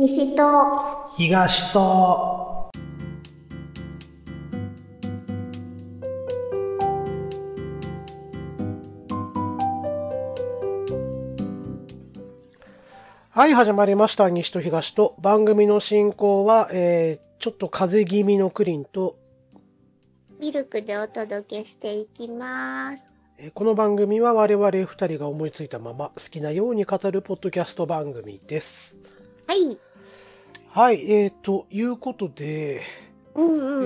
西と東と。はい、始まりました。西と東と。番組の進行は、ちょっと風邪気味のクリンと、 ミルクでお届けしていきます。 この番組は我々二人が思いついたまま好きなように語るポッドキャスト番組です。 はい。 はい、ということで、 うんうん。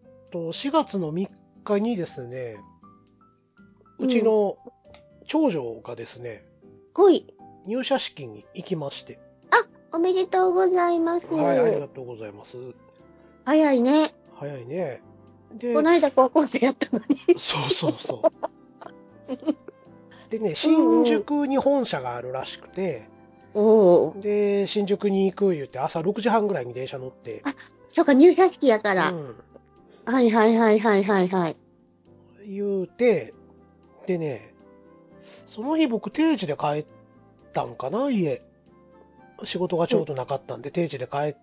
4月の3日にですね、 うんうちの長女がですね、 ほい。 入社式に行きまして、 おめでとうございます。 はい、ありがとうございます。 早いね。 早いね。で、 この間高校生やったのに。 そうそうそう。でね、 うんうん。 新宿に本社があるらしくて、 おー。 で、新宿に行く言って朝6時半ぐらいに電車乗って、 あ、そうか、入社式やかうら。 ん、 はいはいはいはいはいはい。 言うて、でね、その日僕定時で帰ったんかな、家。仕事がちょうどなかったんで定時で帰って、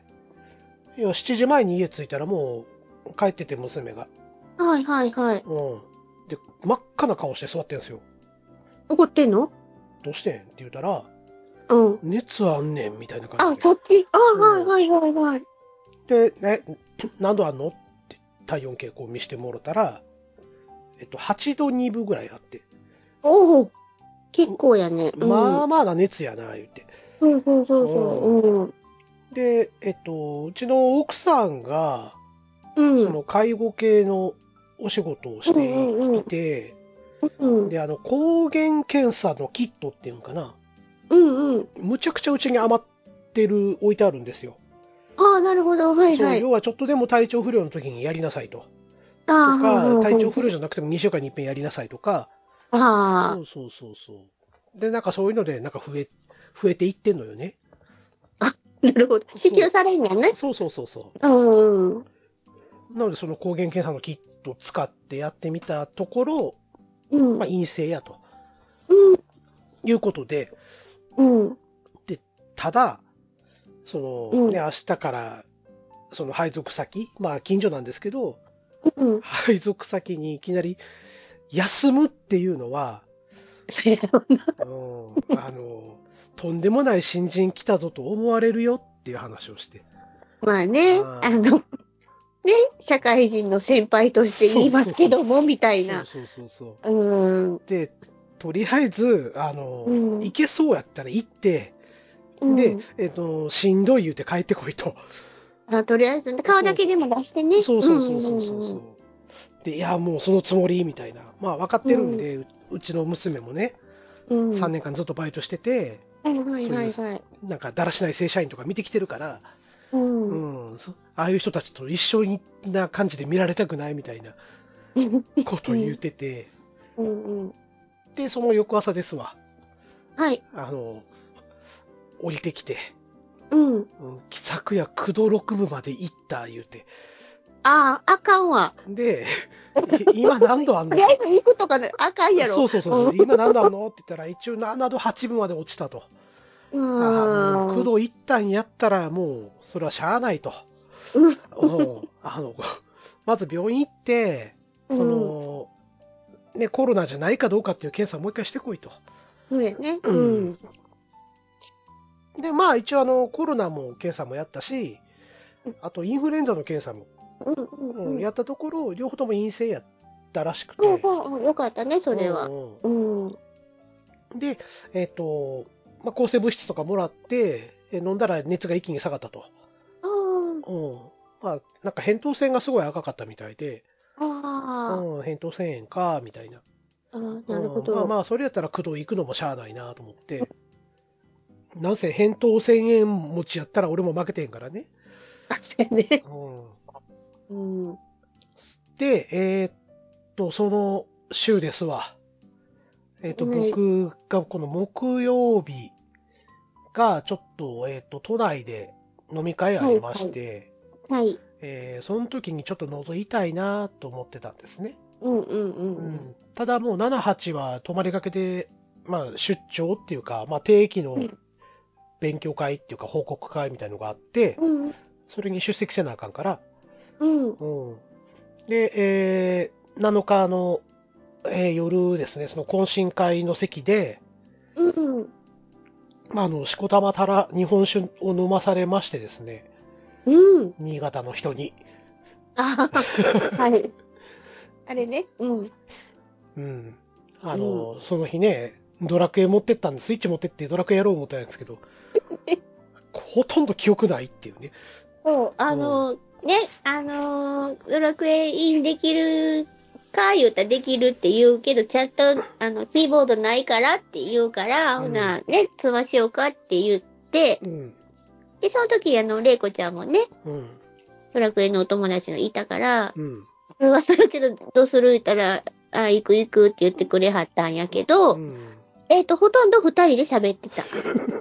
いや7時前に家着いたらもう帰ってて娘が。 はいはいはい。 うん。で、真っ赤な顔して座ってんすよ。 怒ってんの？ どうしてんって言ったら、 うん。 熱あんねんみたいな感じあ、 で。 そっち。あ、はいうん。 はいはいはい。 で、何度あんのって体温計こう見してもろたら、8度2分ぐらいあって。 おー。結構やね。うん。 まあまあな熱やな、言って。 そうそうそうそうん。 う。うん。 で、うちの奥さんが、 うん。 その介護系のお仕事をうしていんうんて、 うん。うん。 で、抗原検査のキットっていうんかな。 うんうん。 むちゃくちゃうちに余ってる、置いてあるんですよ。 ああ、なるほど。はいそう、 はい。 要はちょっとでも体調不良の時にやりなさいと。 ああ、 とか、 はんはん体調不良はん。 じゃなくても2週間に一遍やりなさいとか、 あそうそうそうそう。で、なんかそういうので、なんか増えていってんのよね。 あ、なるほど。支給そされんやね。 う。そうそうそうそうん。うん。 う。なので、その抗原検査のキットを使ってやってみたところ、まあ、陰性やとうん。 いうことで、 うん。 で、ただ、 うん。 明日から、その配属先、まあ、近所なんですけど、 うん。 配属先にいきなり休むっていうのは、 そうやろな。 うん、とんでもない新人来たぞと思われるよっていう話をして。 まあね、 あ社会人の先輩として言いますけども、みたいな。 そうそうそうそう。 うん。 で、とりあえず、 うん。 行けそうやったら行って、で、 うん。 しんどい言うて帰ってこいと。 あ、とりあえず、顔だそうけでも出してね。 そうそうそううん。 そうそううん。 そう。で、いや、もうそのつもりみたいな。まあ、分かっうん。 てるんで、うちの娘もね、 うん。 3年間ずっとバイトしてて、 はいはいそういう、 はいはい。 なんか、だらしない正社員とか見てきてるから、 うん。 ああいう人たちと一緒な感じで見られたくないみたいなことを言っうん。 てて、 うん。うん。 で、その翌朝ですわ。 はい。 あの、降りてきて、 うん。 昨夜9度6分まで行った言うて。 ああ、あかんわ。 で、今何度あんのと。 とりあえず行くとかね、あかんやろ。 そうそうそうそう、今何度あんのって言ったら、一応7度8分まで落ちたと。 うああ、もう9 ーん。 度行ったんやったら、もう、それはしゃあないと。 うん。 うんまず病院行って、 うん。 コロナじゃないかどうかっていう検査をもう一回してこいと。 そうやね。 うん。 うん。 で、まあ一応コロナも検査もやったし、あとインフルエンザの検査も、 うんうんうん。 やったところ、両方とも陰性やったらしくそうて、 そう、よかったね、それは。 うんうん。あで、まあ、抗生物質とかもらって、飲んだら熱が一気に下がったと。 あ、 うん。まあ、なんか扁桃腺がすごい赤かったみたいで、 あ扁桃腺炎か、みたいな。 あ、なるほど。 まあまあ、それやったら駆動行くのもしゃあないなと思って、なんせ扁桃腺炎持ちやったら俺も負けてへんからね。 あ、そうやね。 うん。 うん。 で、その週ですわ。 ね、 僕がこの木曜日がちょっと、都内で飲み会あはい、 りまはい、 して、 はい。 その時にちょっと覗いたいなと思ってたんですね。 うんうんうんうん。 ただもう7、8は泊まりがけで、まあ出張っていうか、まあ定期のうん勉強会っていうか報告会みたいのがあって、 うん。 それに出席せなあかんから、 うん。 うん。で、7日の、夜ですね、その懇親会の席で、 うん。 しこたまたら日本酒を飲まされましてですね、 うん。 新潟の人に。 ああ、はい。あれね。うん。 うん。 うん。 その日ね、ドラクエ持ってったんで、スイッチ持ってってドラクエやろう思ったんですけど、ほとんど記憶ないっていうね。 そう、 うん。 ドラクエインできるか言うたらできるって言うけど、ちゃんと、キーボードないからって言うから、 うん。 ほな、ね、通話しようかって言って、 うん。 で、その時、レイコちゃんもね、 うん。 ドラクエのお友達のいたから、 うん。 通話するけど、どうする言ったら、あ、行く行くって言ってくれはったんやけど、 うん。 ほとんど二人で喋ってた。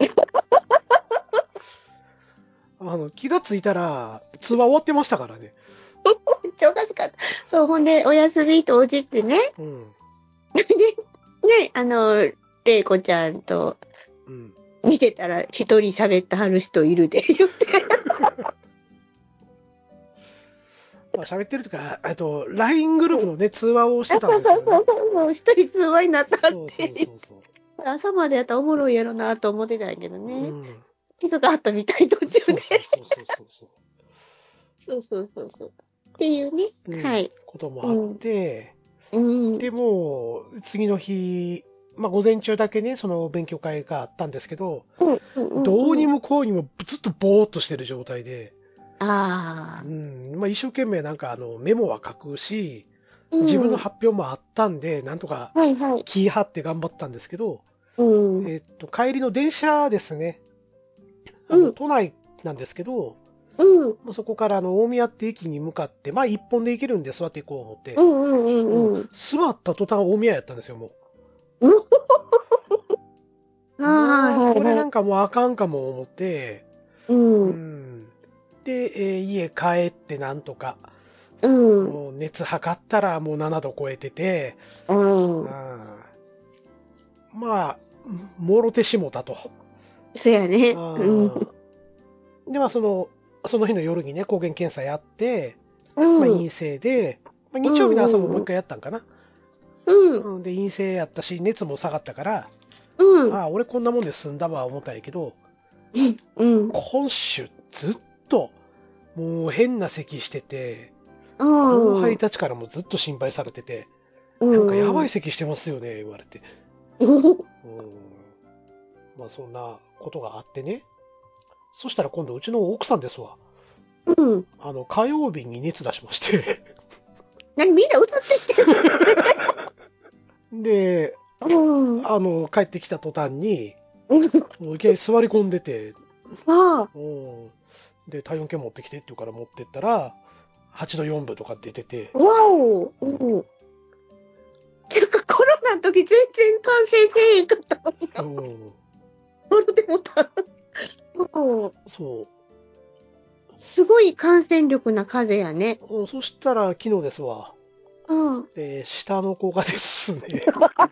気がついたら、通話終わってましたからね。 めっちゃおかしかった。そう、ほんで、お休みとおじってね、 うん。 で、ね、レイコちゃんとうん。 見てたら一人喋ってはる人いるで、言って。 まあ、喋ってるとか、LINE グループのね、通話をしてあ、 たんそうそうですよね。 そうそう、一人通話になったっそうそうて。 そうそ朝までやったらおもろいやろなと思ってたんやけどう。 ね。 うん。 気づかはったみたい途中で。 そうそうそうそうそうそそうそうそうそう。っていうね。 う。うん。 はい。 こともあっうん。 て、 うん。 でも、次の日、まあ、午前中だけね、その勉強会があったんですけど、 うん。うん。 どうにうん。 もこうにもずっとぼーっとしてる状態で、 ああ。 うん、まあ、一生懸命なんかメモは書くし、 うん。 自分の発表もあったんで、なんとかはいはい。 気張って頑張ったんですけど、 うん。 帰りの電車ですね、 うん。 都内なんですけど、 うん。 まあそこから大宮って駅に向かって、まあ一本で行けるんで座っていこう思って、 うん。うん。うもうん。うん。 座った途端大宮やったんですよ、もうん。 う。 ああ、 もうこれはいはい。 なんかもうあかんかも思って、 ううん。 ん。で、家帰ってなんとか、 うん。 もう熱測ったらもう7度超えてて、 うん。 うん、まあ、もろてしもたと。 そうやね。うん。 うんで、まあその日の夜にね、抗原検査やって、まあうん。 陰性で、まあ、 う日曜日の朝ももうん。うん。 一回やったんかな。 うん。 うん、で、陰性やったし、熱も下がったから、 うん。 ああ、俺こんなもんで済んだわ思ったんやけど、 うん。 今週ずっと、もう変な咳してて、 う後輩ん。 たちからもずっと心配されてて、 うなんかやばいん。 咳してますよね、言われて。 うん。 うん。まあそんなことがあってね。そしたら今度うちの奥さんですわ。 うん。 火曜日に熱出しまして何みんな歌ってきてるのそれ。 で、 うん。 帰ってきた途端に、 うん。 もういきなり座り込んでて、 ああ。 うん。で、体温計持ってきてって言うから持ってったら、8度4分とか出てて、 わお。うん。ていうか、コロナの時全然感染せえへんかったのにな。 うん。 コロでもた。うん。 そすごい感染力な風邪やね。 う。そしたら昨日ですわ。 うん。 下の子がですね、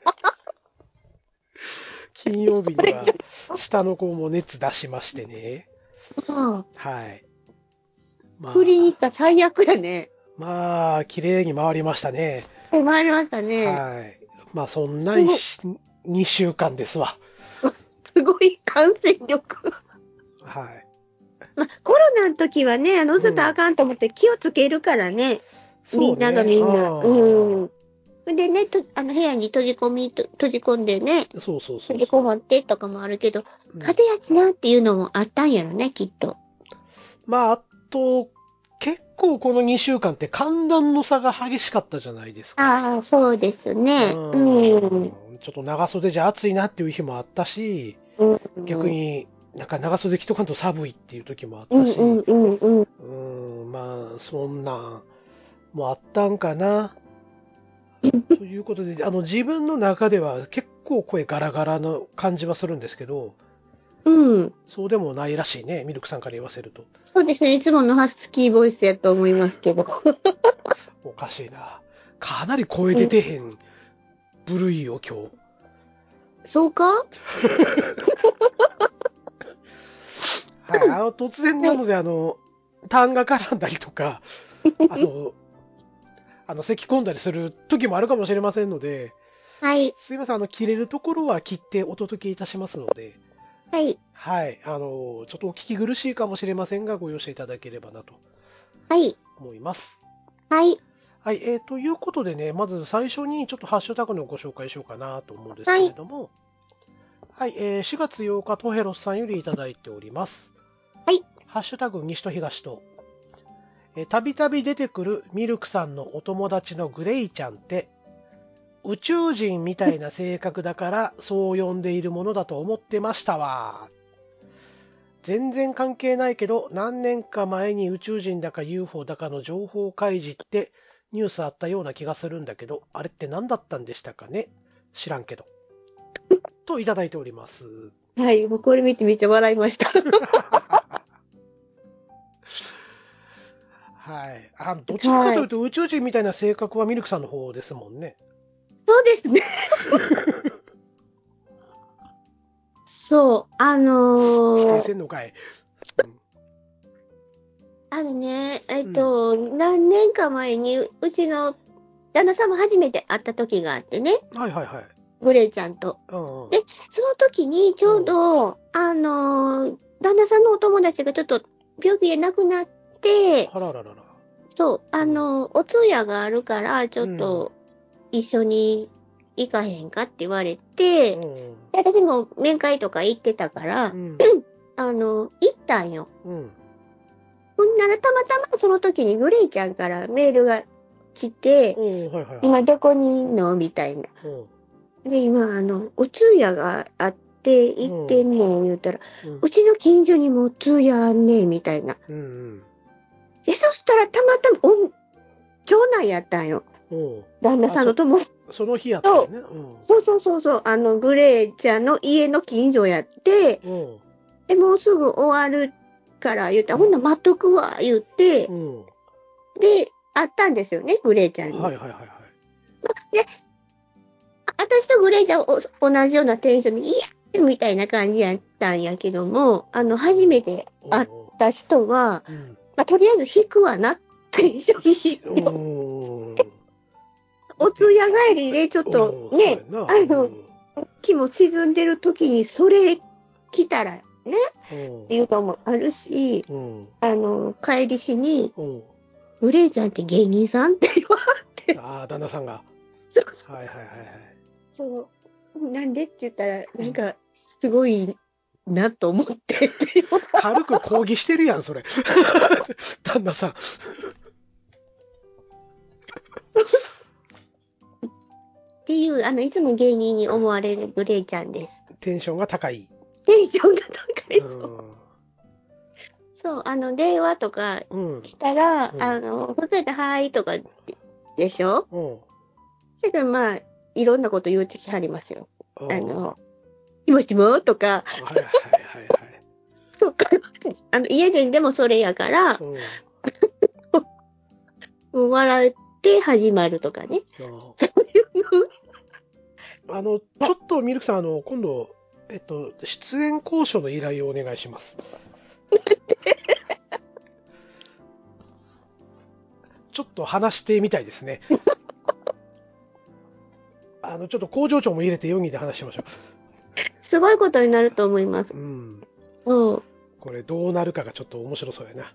金曜日には下の子も熱出しましてね。 うん。 はい。 振りに行っまた最悪やね。 まあ、綺麗に回りましたね。 参りましたね。 はい。まあ、そんなすご、 2週間ですわ。 すごい感染力。 はい。 まあ、コロナの時はね、ううん。 つとあかんと思って気をつけるからね。みんながそうね。 みんな。 あうん。でね、部屋に閉じ込んでね、 あ。そうそうそうそ閉じこもってとかもあるけど、 う。うん。 風邪やしなっていうのもあったんやろね、きっと。 まあ、あと、結構この2週間って寒暖の差が激しかったじゃないですか。 ああ、そうですね。うん。 ちょっと長袖じゃ暑いなっていう日もあったし、 うん。 逆になんか長袖着とかんと寒いっていう時もあっうんうんたし、 うんうん。 まあ、そんなんもあったんかな。ということで、自分の中では結構声ガラガラの感じはするんですけど、 うん。 そうでもないらしいね、ミルクさんから言わせると。 そうですね。いつものハスキーボイスやと思いますけど。 おかしいな。かなり声うん、 出てへん部類よ、今日。 そうかはい、突然なので、痰が絡んだりとか、咳込んだりする時もあるかもしれませんので、 はい。 すいません、切れるところは切ってお届けいたしますので、 はい。 はい、ちょっとお聞き苦しいかもしれませんが、ご容赦いただければなとはい。 思います。 はい。 はい、ということでね、まず最初にちょっとハッシュタグのご紹介しようかなと思うんですはい。 けれども、はい、4月8日、トヘロスさんよりいただいております。 はい。 ハッシュタグ西と東と、たびたび出てくるミルクさんのお友達のグレイちゃんって、宇宙人みたいな性格だからそう呼んでいるものだと思ってましたわ。全然関係ないけど、何年か前に宇宙人だか UFO だかの情報開示ってニュースあったような気がするんだけど、あれって何だったんでしたかね、知らんけど。といただいております。 はい。もうこれ見てめっちゃ笑いました。 はい。どっちかというと宇宙人みたいな性格はミルクさんの方ですもんね。 そうですね。そう。 否定せんのかい。 何年か前にうちの旦那さんも初めて会った時があってね。 はいはいはい。 グレイちゃんと。 うんうん、 で、その時にちょうど、旦那さんのお友達がちょっと病気で亡くなって、 あらららら。 そう、お通夜があるから、ちょっと一緒に行かへんかって言われて、で私も面会とか行ってたから、行ったんよ。ほんならたまたまその時にグレイちゃんからメールが来て、今どこにいんのみたいな。で、今、お通夜があって行ってんねん言うたら、うちの近所にもお通夜あんねんみたいな。で、そしたらたまたま、長男やったんよ。旦那さんの友達。 その日やったよね。 そう、グレイちゃんの家の近所やって、で、もうすぐ終わるから言ったら、ほんな待っとくわ、言って、で、会ったんですよね、グレイちゃんに。で、私とグレイちゃん同じようなテンションで、いやみたいな感じやったんやけども、初めて会った人は、とりあえず引くわな、テンションに。お通夜帰りでちょっとね、気も沈んでる時にそれ来たらね、っていうのもあるし、帰りしに、グレイちゃんって芸人さんって言われて。 ああ、旦那さんが。はいはいはいはい。 そう。なんでって言ったら、なんか、すごいなと思って軽く抗議してるやん、それ。旦那さん。 っていう、いつも芸人に思われるグレイちゃんです。 テンションが高い。 テンションが高い。そう、電話とかしたら、普通ではいとかでしょ？それからまあ、いろんなこと言うてきはりますよ。もしもとか。はいはいはいはい。そっか、家でもそれやから、笑って始まるとかね。 ちょっとミルクさん、今度、出演交渉の依頼をお願いします。ちょっと話してみたいですね。ちょっと工場長も入れて4人で話しましょう。 すごいことになると思います。 これどうなるかがちょっと面白そうやな。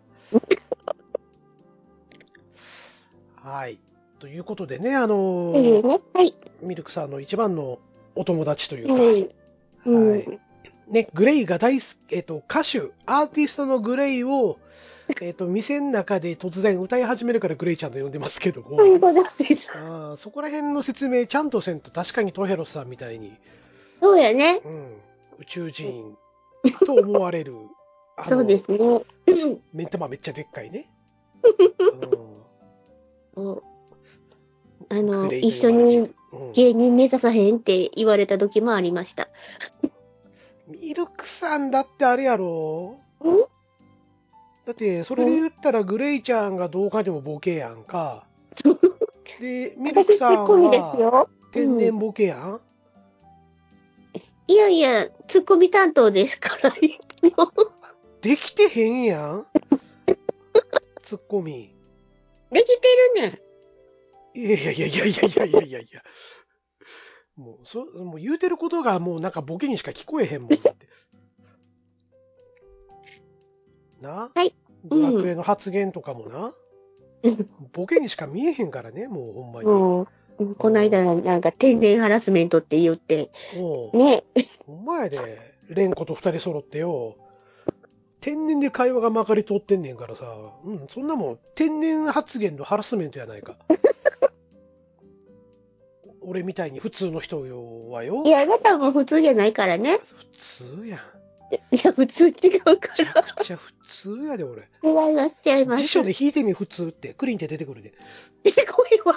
はい。ということでね、ミルクさんの一番のお友達というか、はい。ね、グレイが大好き、歌手、アーティストのグレイを、店の中で突然歌い始めるからグレイちゃんと呼んでますけども、そこら辺の説明ちゃんとせんと確かにトヘロスさんみたいに、 そうやね。 宇宙人と思われる、 そうですね。 目ん玉めっちゃでっかいね。 一緒に芸人目指さへんって言われた時もありました。 ミルクさんだってあれやろ？だって、それで言ったらグレイちゃんがどうかでもボケやんか。で、ミルクさんは天然ボケやん？ いやいや、ツッコミ担当ですから。 できてへんやん。ツッコミ。 できてるねん。 いやいやいやいやいやいやいやいやいや。もう言うてることがもうなんかボケにしか聞こえへんもんだって。な、 はい。 ドラクエの発言とかもな、ボケにしか見えへんからね、もうほんまに。 もう、この間なんか天然ハラスメントって言って、ね。 お前で、レンコと二人揃ってよ、天然で会話がまかり通ってんねんからさ、そんなもん天然発言のハラスメントやないか。俺みたいに普通の人はよ。 いや、あなたも普通じゃないからね。 普通やん。 いや、普通違うから。めちゃくちゃ普通やで、俺。 違います、違います。 辞書で引いてみ普通って、クリンって出てくるで。 出てこいわ。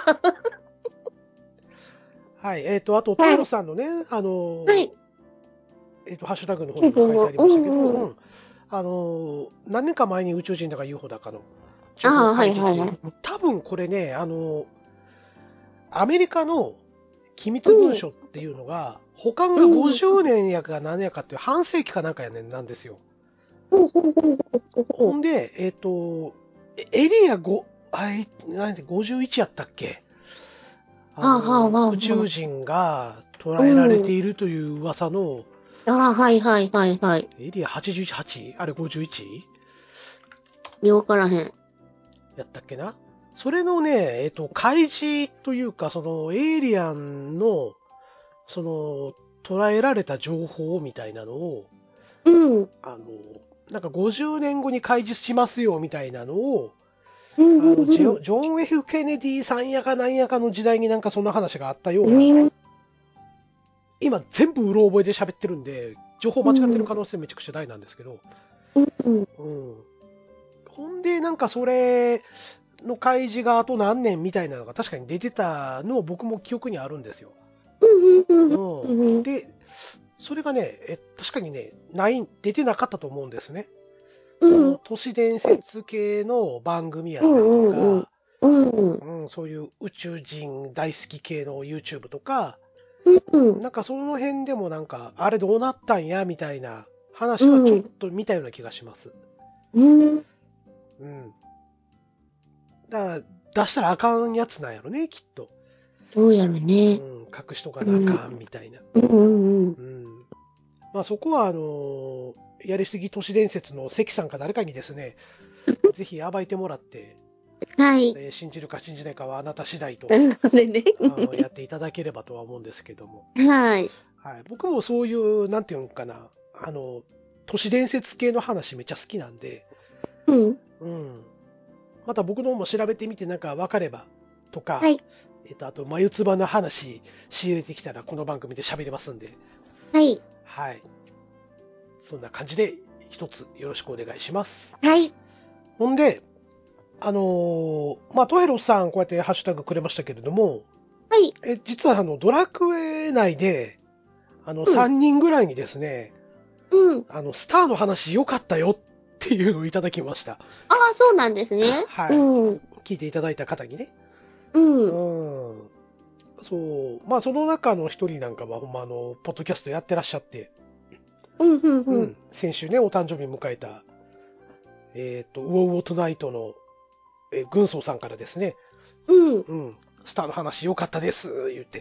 はい、あと、トイロさんのね、 はい。 ハッシュタグの方にも書いてありましたけど、何年か前に宇宙人だか UFO だかの情報開示っていう、多分これね、アメリカの機密文書っていうのが、保管が50年やか何やかっていう半世紀かなんかやねんなんですよ。ほんで、エリア5、51やったっけ？宇宙人が捉えられているという噂の、 はいはいはいはい。 エリア 81？ あれ 51？ よからへん。 やったっけな？それのね、開示というか、そのエイリアンの、その、捉えられた情報みたいなのを、なんか50年後に開示しますよみたいなのを、ジョン・ F ・ケネディさんやかなんやかの時代になんかそんな話があったような、今全部うろ覚えで喋ってるんで、情報間違ってる可能性めちゃくちゃ大なんですけど、ほんでなんかそれの開示があと何年みたいなのが確かに出てたのを僕も記憶にあるんですよ。で、それがね、確かにね、出てなかったと思うんですね。都市伝説系の番組やったりとか、そういう宇宙人大好き系の YouTube とか、なんかその辺でもなんか、あれどうなったんやみたいな話はちょっと見たような気がします。だから出したらあかんやつなんやろね、きっと。 そうやろね。 隠しとかなあかんみたいな。まあそこはやりすぎ都市伝説の関さんか誰かにですね、ぜひ暴いてもらって、 はい。 信じるか信じないかはあなた次第と、 それね。 やっていただければとは思うんですけども。 はい。 はい。僕もそういう、なんていうのかな、都市伝説系の話めっちゃ好きなんで、また僕の方も調べてみてなんか分かればとか、あと、眉唾の話仕入れてきたらこの番組で喋れますんで、 はい。 はい。そんな感じで一つよろしくお願いします。 はい。 ほんで、まあ、トヘロさんこうやってハッシュタグくれましたけれども、 はい。 実はドラクエ内で、3人ぐらいにですね、スターの話良かったよっていうのをいただきました。ああ、そうなんですね。 はい。聞いていただいた方にね。そう。まあ、その中の一人なんかは、ほんまポッドキャストやってらっしゃって、先週ね、お誕生日迎えた、ウォウォトナイトの、軍曹さんからですね、スターの話良かったです、言って、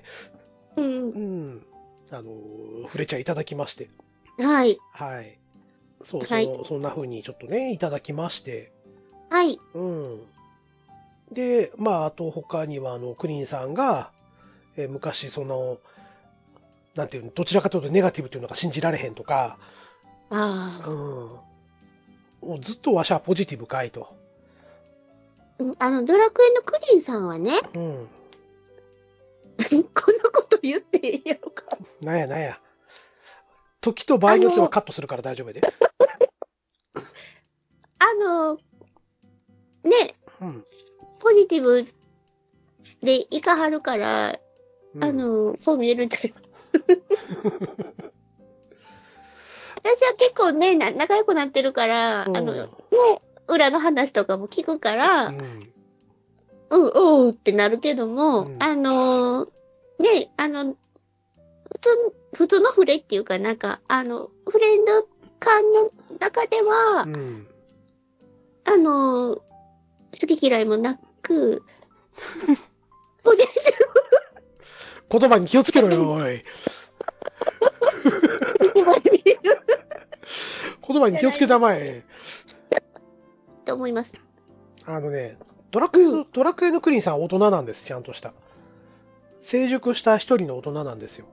触れちゃいただきまして。 はい。 はい。そんな風にちょっとね、いただきまして。 はい。 で、まあ、あと他には、クリーンさんが、昔、なんていうの、どちらかというとネガティブというのが信じられへんとか、もうずっとわしはポジティブかいと。 ドラクエのクリーンさんはね、こんなこと言っていいやろか。 なんや。時と場合によってはカットするから大丈夫で。 ね、ポジティブでいかはるから、そう見えるんちゃいます。私は結構ね、仲良くなってるから、ね、裏の話とかも聞くから、ってなるけども、ね、普通のフレっていうかなんか、フレンド感の中では、好き嫌いもなく、 言葉に気をつけろよ、おい。言葉に気をつけたまえ。 と思います。 ドラクエのクリンさんは大人なんです、ちゃんとした。成熟した一人の大人なんですよ。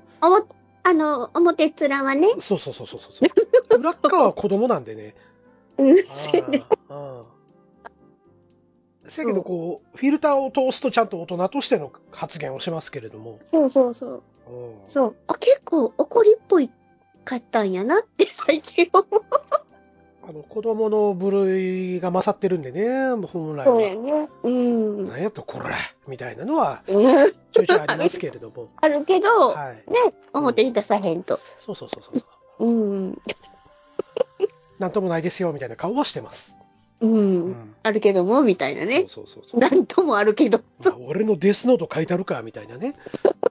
表面はね。 そう。裏っ側は子供なんでね。せやけど、こう、フィルターを通すとちゃんと大人としての発言をしますけれども。 そう。結構怒りっぽいかったんやなって最近思う。 子供の部類が勝ってるんでね、本来は。 そうやね。 なんやと、こらみたいなのは、ちょいちょいありますけれども。 あるけど、ね、表に出さへんと。 そう。なんともないですよ、みたいな顔はしてます。 あるけども、みたいなね。 そう。 なんともあるけど。 俺のデスノート書いてあるか、みたいなね。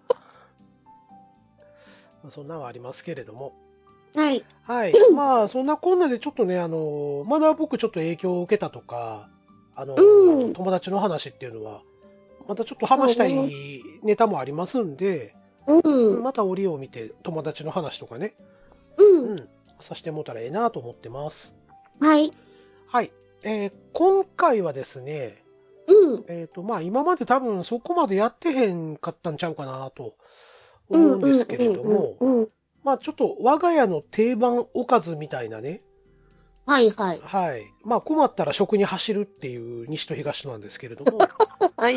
そんなのはありますけれども。 はい。 まあ、そんなこんなでちょっとね、まだ僕ちょっと影響を受けたとか、友達の話っていうのは、またちょっと話したいネタもありますんで、また折を見て友達の話とかね、させてもらったらええなと思ってます。 はい。 今回はですね、まあ今まで多分そこまでやってへんかったんちゃうかなと思うんですけれども、まあちょっと我が家の定番おかずみたいなね。 はい。 まあ困ったら食に走るっていう西と東なんですけれども。 はい。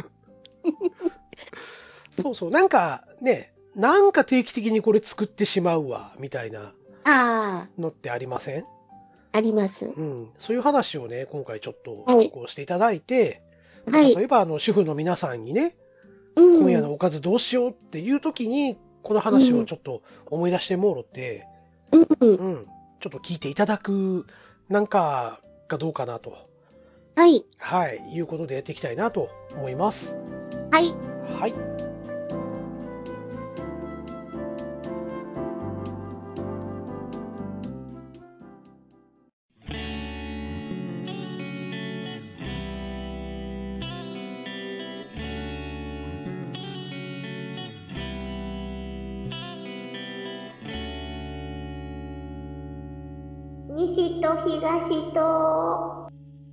そう。なんか定期的にこれ作ってしまうわ、みたいなのってありません？ あります。 そういう話をね、今回ちょっとこうしていただいて、例えば主婦の皆さんにね、今夜のおかずどうしようっていう時に、この話をちょっと思い出してもろって、ちょっと聞いていただくなんかがどうかなと。いうことでやっていきたいなと思います。はい。 西と東と。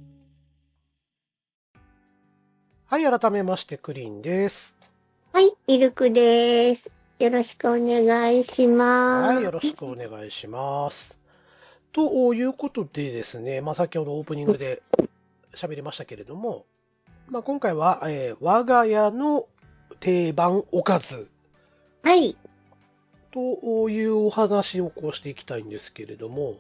はい、改めましてクリーンです。 はい、ミルクです。よろしくお願いします。 はい、よろしくお願いします。ということでですね、まあ先ほどオープニングで喋りましたけれども、まあ今回は、我が家の定番おかず。というお話をこうしていきたいんですけれども。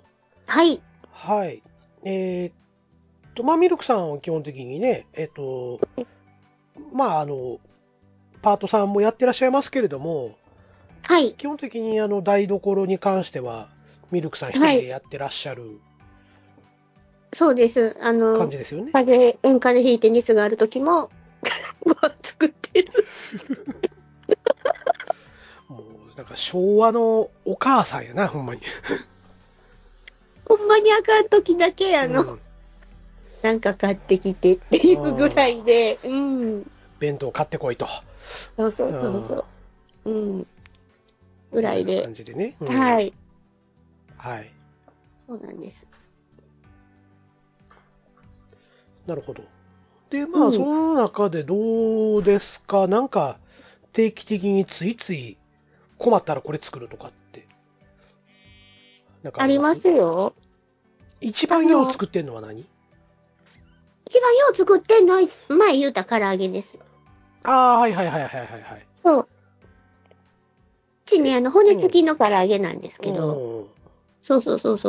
まあミルクさんは基本的にね、まあパートさんもやってらっしゃいますけれども、基本的に台所に関しては、ミルクさん一人でやってらっしゃる、 そうです。 感じですよね。 風邪ひいて熱がある時も、ご飯作ってる。 もう、なんか昭和のお母さんやな、ほんまに。 ほんまにあかん時だけ、なんか買ってきてっていうぐらいで、 弁当買ってこいと。 そう。ぐらいで。 感じでね。 はい。そうなんです。 なるほど。で、まあ、その中でどうですか？なんか、定期的についつい困ったらこれ作るとかって。なんかありますよ。 一番よう作ってんのは何？ 一番よう作ってんのは、前言うた唐揚げです。 はい。 そう。うちね、骨付きの唐揚げなんですけど、そう。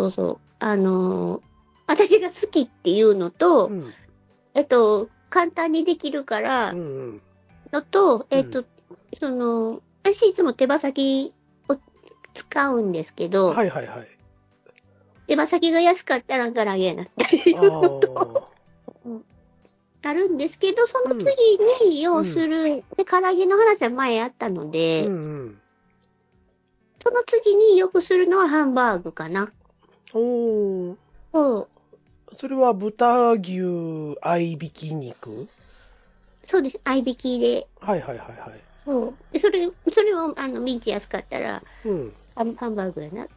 私が好きっていうのと、簡単にできるから、のと、私いつも手羽先を使うんですけど、手羽先が安かったら唐揚げやなっていうのと、あるんですけど、その次に要する、で、唐揚げの話は前あったので、その次によくするのはハンバーグかな。 おー。 そう。 それは豚牛合いびき肉？ そうです。合いびきで。 はいはいはいはい。 そう。で、それを、ミンチ安かったら、 うん。 ハンバーグやな。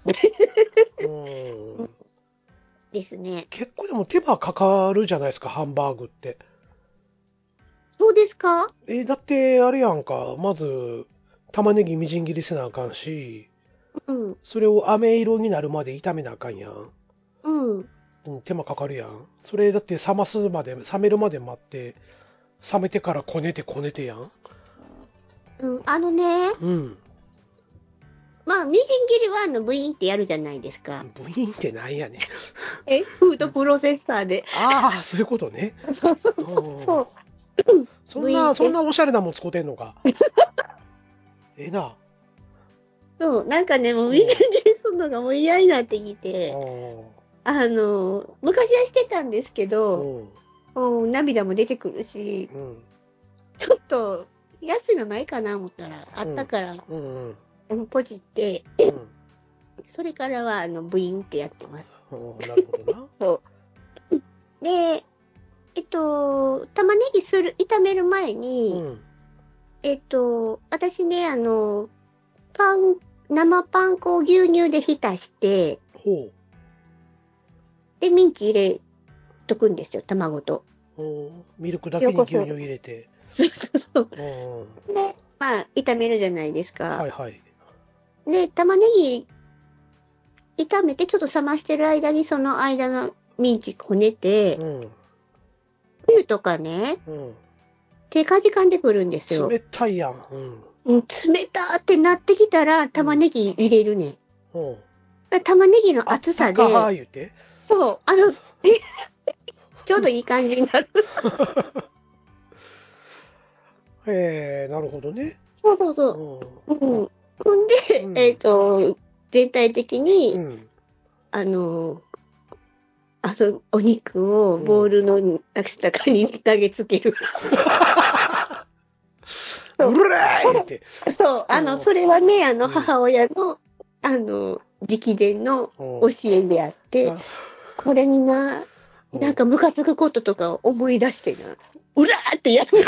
ですね。 結構でも手間かかるじゃないですか、ハンバーグって。 そうですか？ だってあれやんか、まず玉ねぎみじん切りせなあかんし、 うん。 それを飴色になるまで炒めなあかんやん。 うん。 手間かかるやん。それだって冷めるまで待って、冷めてからこねてやん。 うん。あのね、 うん。 まあ、みじん切りはブイーンってやるじゃないですか。 ブイーンってなんやねん。 フードプロセッサーで。 ああ、そういうことね。 そうそううそうそう。 そんな、 ブイーンって。 おしゃれなもん使うてんのか。ええな。 そう、なんかね、もううん。 みじん切りするのがもう嫌になってきて、 う昔はしてたんですけど、 ん。 涙も出てくるし、 うん。 ちょっと安いのないかな思ったら、あうん。 ったから、 うん。 ポチって、 うん。 それからはブイーンってやってます。 なるほどな。 そう。で、玉ねぎ炒める前に、 うん。 私ね、生パン粉を牛乳で浸して、 ほで、ミンチ入れとくんですよ、卵と。 う。ミルクだけに牛乳よこそ。 入れて。 そうそうそう。 うん。 で、まあ、炒めるじゃないですか。 はいはい。 で、玉ねぎ炒めて、ちょっと冷ましてる間に、その間のミンチこねて、 うん。 冬とかね、 うん。 手かじかんでくるんですよ。 冷たいやん。うん。 冷たってなってきたら、 うん。 玉ねぎ入れるね。 うん。 玉ねぎのあっ厚たかさで、 ー言うて。 そう、ちょうどいい感じになる。 なるほどね。 そうそうそうう。うん。ほんん。うで、 ん。 全体的に、 うん。 あの、お肉をうん。 ボウルの中に投げつける。そう。 うるらー言うて。 そう、 うん。 それはね、 うん。 母親の、直伝の教うん。 えであって、 あ、 これにな、 うん。 なんかムカつくこととか思い出してな、うらーってやる。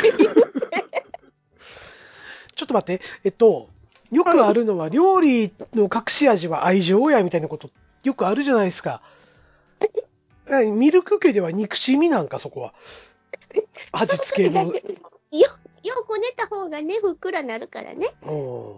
ちょっと待って。よくあるのは、料理の隠し味は愛情やみたいなこと、よくあるじゃないですか。ミルク家では憎しみなんか、そこは。味そう、 付けの。 だって、よくこねた方がね、ふっくらなるからね。 うん。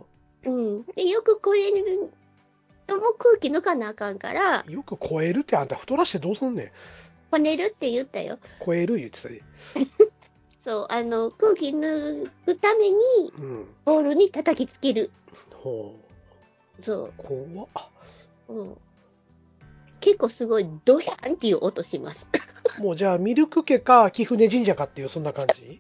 うん。で、よくこれのも空気抜かなあかんから、 よく超えるってあんた太らしてどうすんねん。 こねるって言ったよ。 超える言ってたで。 そう、空気抜くために、 うん。 ボウルに叩きつける。 ほそう。怖っ。 う。うん。結構すごいドヤンっていう音します。 もうじゃあ、ミルク家か貴船神社かっていう、そんな感じ。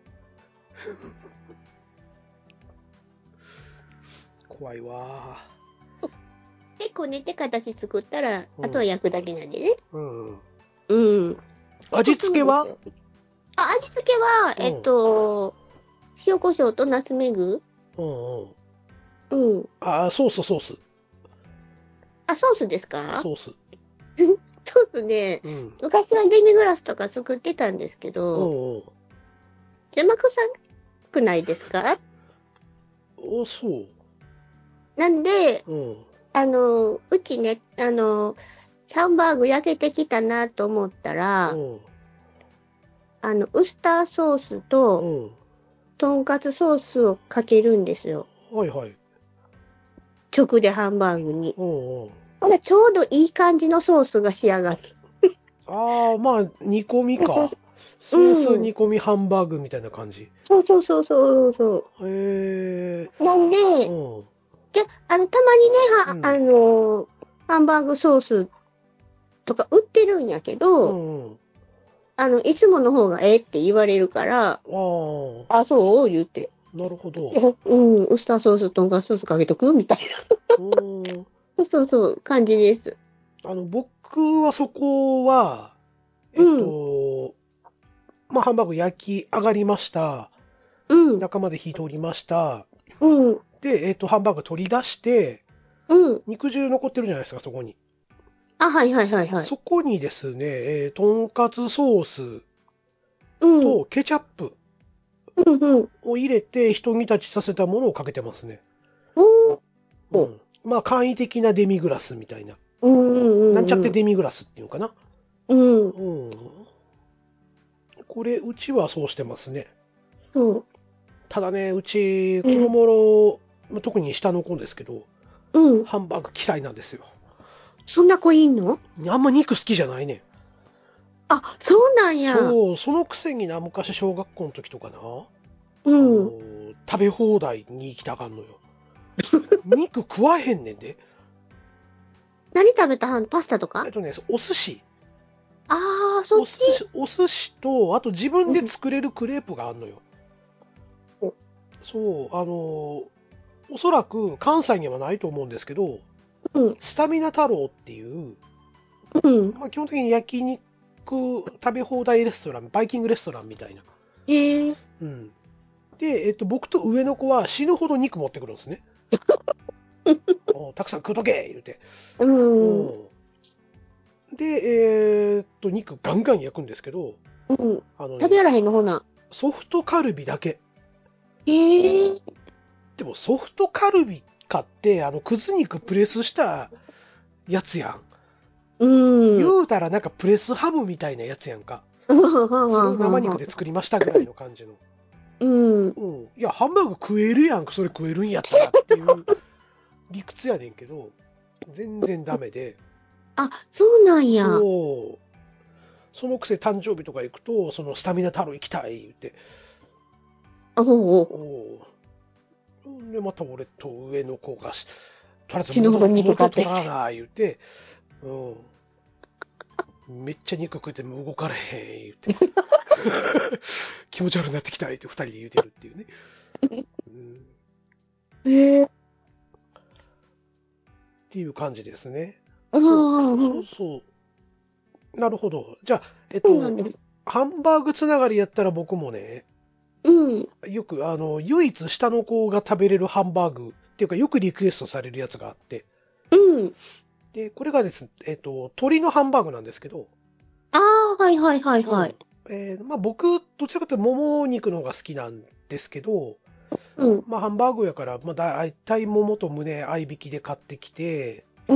怖いわで、こねて形作ったら、 ー。 あとは焼くだけなんでね。 うん。うん。 うん。結構味す付けは？ ぐですよ。味付けは、 うん。 塩コショウとナツメグ。 うんうん。 うん。 ソース。 ソースですか？ ソース。 ソースね、 うん。 昔はデミグラスとか作ってたんですけど、 うんうん。 邪魔くさくないですか？ そう。 なんで、 うん。 うちね、ハンバーグ焼けてきたなと思ったら、 うん。 ウスターソースと、 うん。 とんかつソースをかけるんですよ。 はいはい。 直でハンバーグに。 うんうん。 ほら、ちょうどいい感じのソースが仕上がる。 まあ、煮込みそうか。ソースうん。 煮込みハンバーグみたいな感じ。 そうそうそうそうそへえ。 う。なんで、 うん。 じゃ、たまにね、 うん。 ハンバーグソースとか売ってるんやけど、 うんうん。 いつもの方がええって言われるから、 ああ、 そう言って。 なるほど。 ウスターソース、とんかつソースかけとくみたいうーん。 な。そうそう、感じです。 僕はそこは、 うん、 まあ、ハンバーグ焼き上がりました。 うん、 中まで火通りました。 うん、 で、ハンバーグ取り出して、 うん、 肉汁残ってるじゃないですか、そこに。 あ、はいはいはいはい。 そこにですね、とんかつソースうん。 とケチャップうんうん。 を入れて一煮立ちさせたものをかけてますね。 おー。 うん。まあ簡易的なデミグラスみたいな。 うんうんなんちゃってうんデミグラスっていうのかな。 うん。うん。 うん。これ、うちはそうしてますね。 そう。 ただね、うち、子うん。 供の、特に下の子ですけど、 うん。 ハンバーグ嫌いなんですよ。 そんな子いんの？ あんま肉好きじゃないねん。 あ、そうなんや。 そう、そのくせにな、昔小学校の時とかな、 うん。 食べ放題に行きたがんのよ。肉食わへんねんで。 何食べた？パスタとか？ お寿司。 ああー、そっち。 お寿司と、あと自分でうん。 作れるクレープがあるのよ。 おそう、おそらく関西にはないと思うんですけど、 うん。 スタミナ太郎っていう、 うん。 まあ、基本的に焼肉食べ放題レストラン、バイキングレストランみたいな。 へえ。 うん。で、僕と上の子は死ぬほど肉持ってくるんですね。たくさん食うとけ言うて。 うん。うん。 うん。で、肉ガンガン焼くんですけど、あのね、 食べやらへんのほな。 ソフトカルビだけ。 へえ。 でもソフトカルビ買って、くず肉プレスしたやつやん。 うん。 言うたらなんかプレスハムみたいなやつやんか。 うん。 それを生肉で作りましたぐらいの感じの。 うん。 うん。いや、ハンバーグ食えるやん。それ食えるんやったらっていう理屈やねんけど、全然ダメで。 あ、そうなんや。 そう。そのくせ誕生日とか行くと、そのスタミナ太郎行きたい言って。 おお。 おで、また俺と上の子がとりあえず死ぬほど肉買って元取らな言うて、めっちゃ肉食っても動かれへん言うて。気持ち悪くなってきたって二人で言うてるっていうね。うん、っへえ。 ていう感じですね。 うそう、 ん。 そう。なるほど。じゃあ、 そうなんです。 ハンバーグつながりやったら僕もね、 うん。 よく、唯一下の子が食べれるハンバーグっていうか、よくリクエストされるやつがあって、 うん。 で、これがですね、鶏のハンバーグなんですけど、 ああ、はいはいはいうん。 はい。 まあ僕、どちらかというともも肉の方が好きなんですけど、 うん。 まあハンバーグやから、まあ大体ももと胸合いびきで買ってきて、 うん。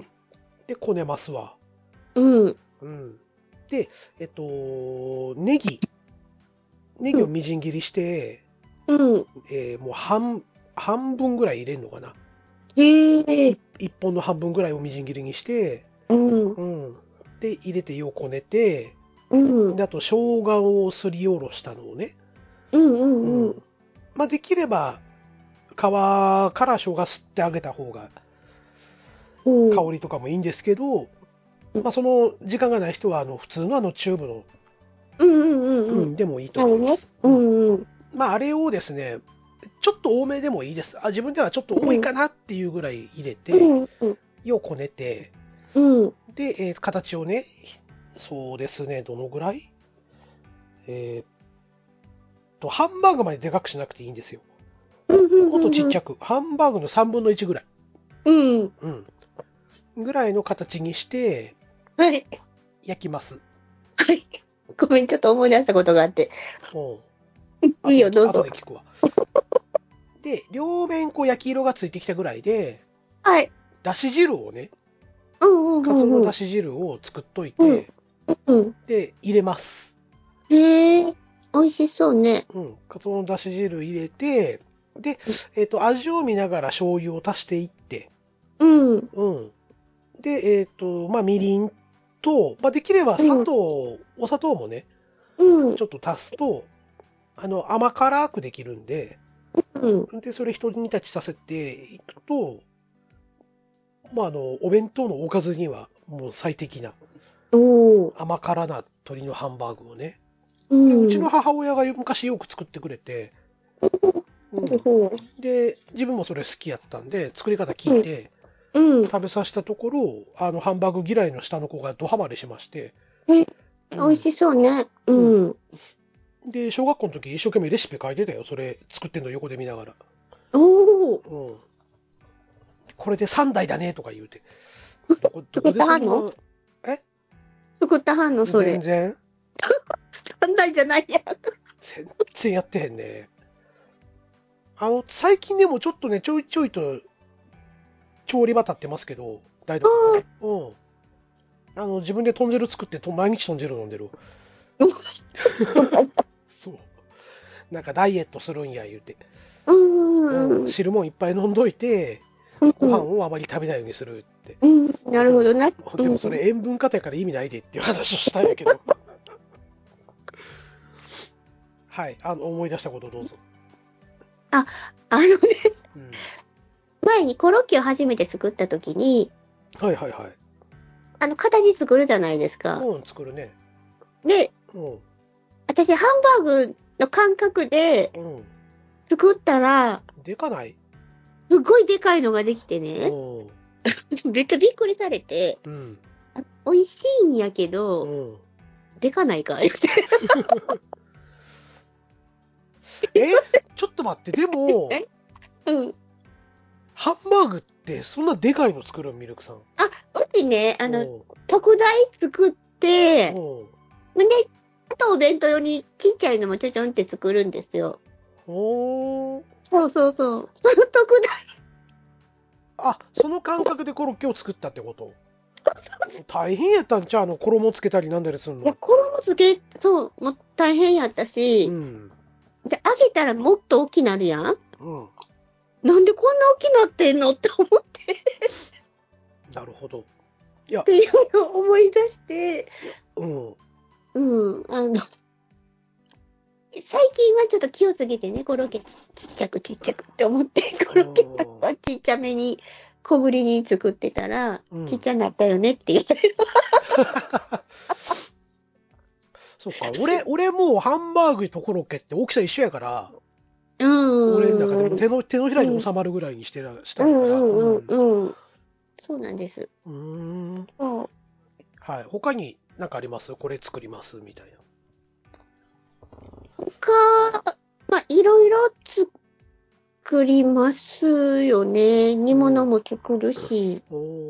で、こねますわ。 うん。 うん。で、ネギ。ネギをうん。 みじん切りして、 うん。 もう半分ぐらい入れるのかな。 へえ。 一本の半分ぐらいをみじん切りにして、 うん。 うん。で、入れてようこねて、 うん。 で、あと生姜をすりおろしたのをね、 うんううんうん。 ん。まあできれば、皮から生姜吸ってあげた方がうん。 香りとかもいいんですけど、まあその時間がない人は、普通のチューブの、 うんうんうんうん。 でもいいとなるね。 思います。 ううん。 んうん。 まああれをですね、ちょっと多めでもいいです。自分ではちょっと多いかなっていうぐらい入れて、 うんうんようこねて、 うん。 で、形をね、そうですね、どのぐらいえハンバーグまででかくしなくていいんですよ。 うんうんもっとちっうんちゃく、ハンバーグの3分の1ぐらい。 うん。うん。 うん。ぐらいの形にして、 はい。 焼きます。 はい。ごめん、ちょっと思い出したことがあって。 うん。 いいよ、どうぞ。 後で聞くわ。で、両面こう焼き色がついてきたぐらいで、 はい。 だし汁をね、 うんうカツオんうんうん。 のだし汁を作っというん。 て、 うん。 で、入れます。 へえ。美味しそうね。 うん。カツオのだし汁入れて、で、味を見ながら醤油を足していって、 うん。 うん。で、まあ、みりんと、まあ、できればうん。 お砂糖もね、 うん。 ちょっと足すと、甘辛くできるんで、 うん。 で、それ一煮立ちさせていくと、まあ、お弁当のおかずにはもう最適なおー。 甘辛な鶏のハンバーグをね。 うで、うちのん。 母親が昔よく作ってくれて、うん。 ほう。 で、自分もそれ好きやったんで、作り方聞うん。 いて、 うん。 食べさせたところ、ハンバーグ嫌いの下の子がドハマりしまして、 え、美うん。 味しそうね。 うん。 うん。 で、小学校の時一生懸命レシピ書いてたよ。それ作ってんの横で見ながら。 おー。 うん。これで3台だねとか言うて。 作ったはんの？作ったはんのそれ。 全然。 スタンダーじゃないやん。 全然やってへんね。最近でもちょっとね、ちょいちょいと、調理場立ってますけど、台所。うん。自分で豚汁作って毎日豚汁飲んでる。そう。なんかダイエットするんや、言うて。汁もいっぱい飲んどいて、ご飯をあまり食べないようにするって。 なるほどな。 でもそれ塩分過多やから意味ないでっていう話をしたんやけど。はい、思い出したことどうぞ。 前にコロッケを初めて作った時に、 はいはいはい。 形作るじゃないですか。 作るね。 で、私、ハンバーグの感覚で、作ったら、 でかない？ すっごいでかいのができてね。めっちゃびっくりされて、美味しいんやけど、でかないか言って。 ちょっと待って、でも、ハンバーグってそんなでかいの作るん？ミルクさん。 うちね、特大作って、で、あとお弁当用にちっちゃいのもちょちょんって作るんですよ。そうそうそう。その特大。その感覚でコロッケを作ったってこと？大変やったんちゃう？衣つけたりなんだりするの。 いや、衣つけ、そう、もう大変やったし、で、揚げたらもっと大きなるやん。なんでこんな大きなってんのって思って。 なるほど。 っていうのを思い出して、最近はちょっと気をつけてね、コロッケちっちゃくって思って、コロッケはちっちゃめに小ぶりに作ってたら、ちっちゃなったよねって言われる。 そっか、俺もうハンバーグとコロッケって大きさ一緒やから、俺の中でも手のひらに収まるぐらいにしたいから。 そうなんです。 はい。他に何かあります？これ作りますみたいな。 まあ、いろいろ作りますよね。煮物も作るし。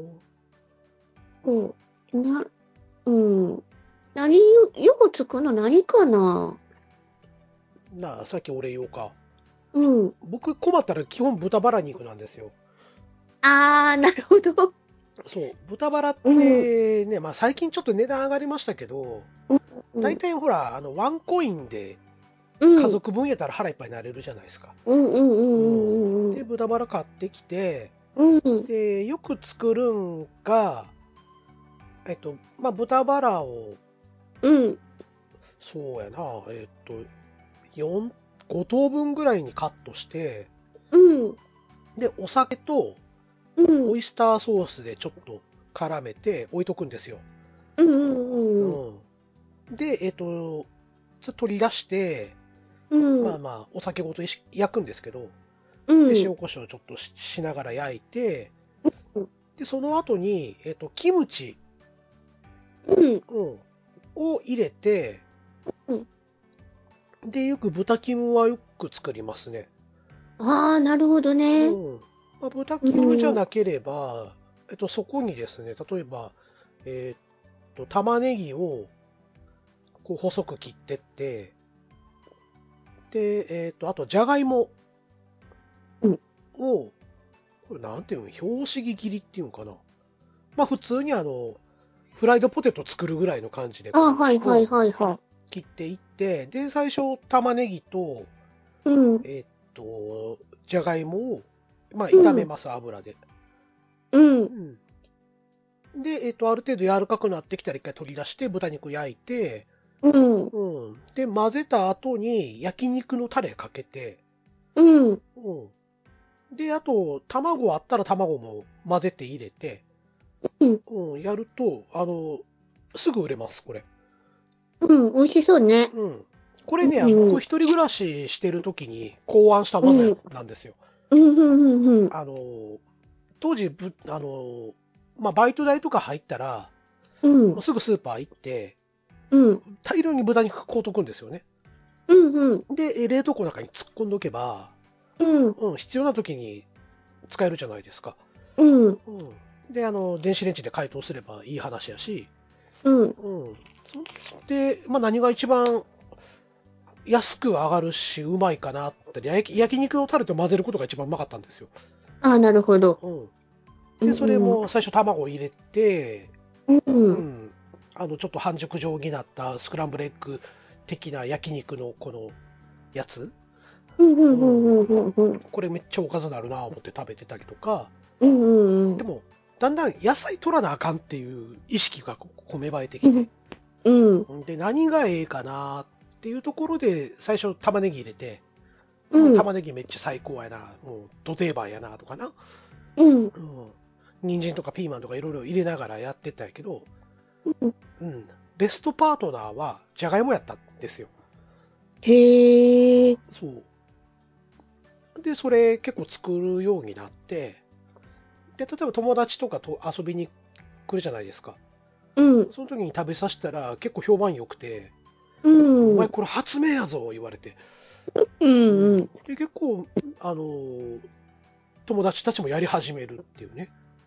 何よく作るの何かな？ さっき俺言おうか。 うん。 僕困ったら基本豚バラ肉なんですよ。 なるほど。 そう、豚バラってね、まあ最近ちょっと値段上がりましたけど、大体ほら、ワンコインで家族分やったら腹いっぱいになれるじゃないですか。で、豚バラ買ってきて、で、よく作るんが、まあ豚バラを、そうやな、5等分ぐらいにカットして、で、お酒と、オイスターソースでちょっと絡めて置いとくんですよ。で、取り出して、まあまあ、お酒ごと焼くんですけど、で塩コショウちょっと しながら焼いて、で、その後に、キムチ、を入れて、で、よく豚キムはよく作りますね。 なるほどね。 まあ、豚キムじゃなければ、そこにですね、例えば、玉ねぎを、こう、細く切ってって、で、あと、じゃがいもを、これなんていうの、拍子木切りっていうんかな。まあ、普通にフライドポテト作るぐらいの感じで、切っていって、で、最初、玉ねぎと、じゃがいもを、まあ、炒めます、油で。で、ある程度柔らかくなってきたら一回取り出して豚肉焼いて、で、混ぜた後に焼肉のタレかけて、で、あと、卵あったら卵も混ぜて入れて、やると、すぐ売れます、これ。 美味しそうね。 これね、僕一人暮らししてる時に考案した技なんですよ。当時、まあ、バイト代とか入ったら、もうすぐスーパー行って、大量に豚肉買うとくんですよね。で、冷凍庫の中に突っ込んどけば、必要な時に使えるじゃないですか。 で、電子レンジで解凍すればいい話やし、 うん。 うん。で、まあ何が一番安く上がるし、うまいかなって、焼肉のタレと混ぜることが一番うまかったんですよ。 ああ、なるほど。 うん。で、それも最初卵を入れて、 うん。 うん。ちょっと半熟状になったスクランブルエッグ的な焼肉のこのやつ。 うんうんうんうんうん。 これめっちゃおかずになるなぁ思って食べてたりとか。 うんうんうん。 でも、だんだん野菜取らなあかんっていう意識が芽生えてきて。 うん。 で、何がええかなっていうところで、最初玉ねぎ入れて、 うん。 玉ねぎめっちゃ最高やな、もう、ど定番やなとかな。 うん。 うん。人参とかピーマンとかいろいろ入れながらやってたんやけど、うん。ベストパートナーは、じゃがいもやったんですよ。 へえ。 そう。で、それ結構作るようになって、で、例えば友達とかと遊びに来るじゃないですか。 うん。 その時に食べさせたら結構評判良くて、 うお前ん。 これ発明やぞ言われて。 うんうん。 で、結構、あのー友達たちもやり始めるっていうね。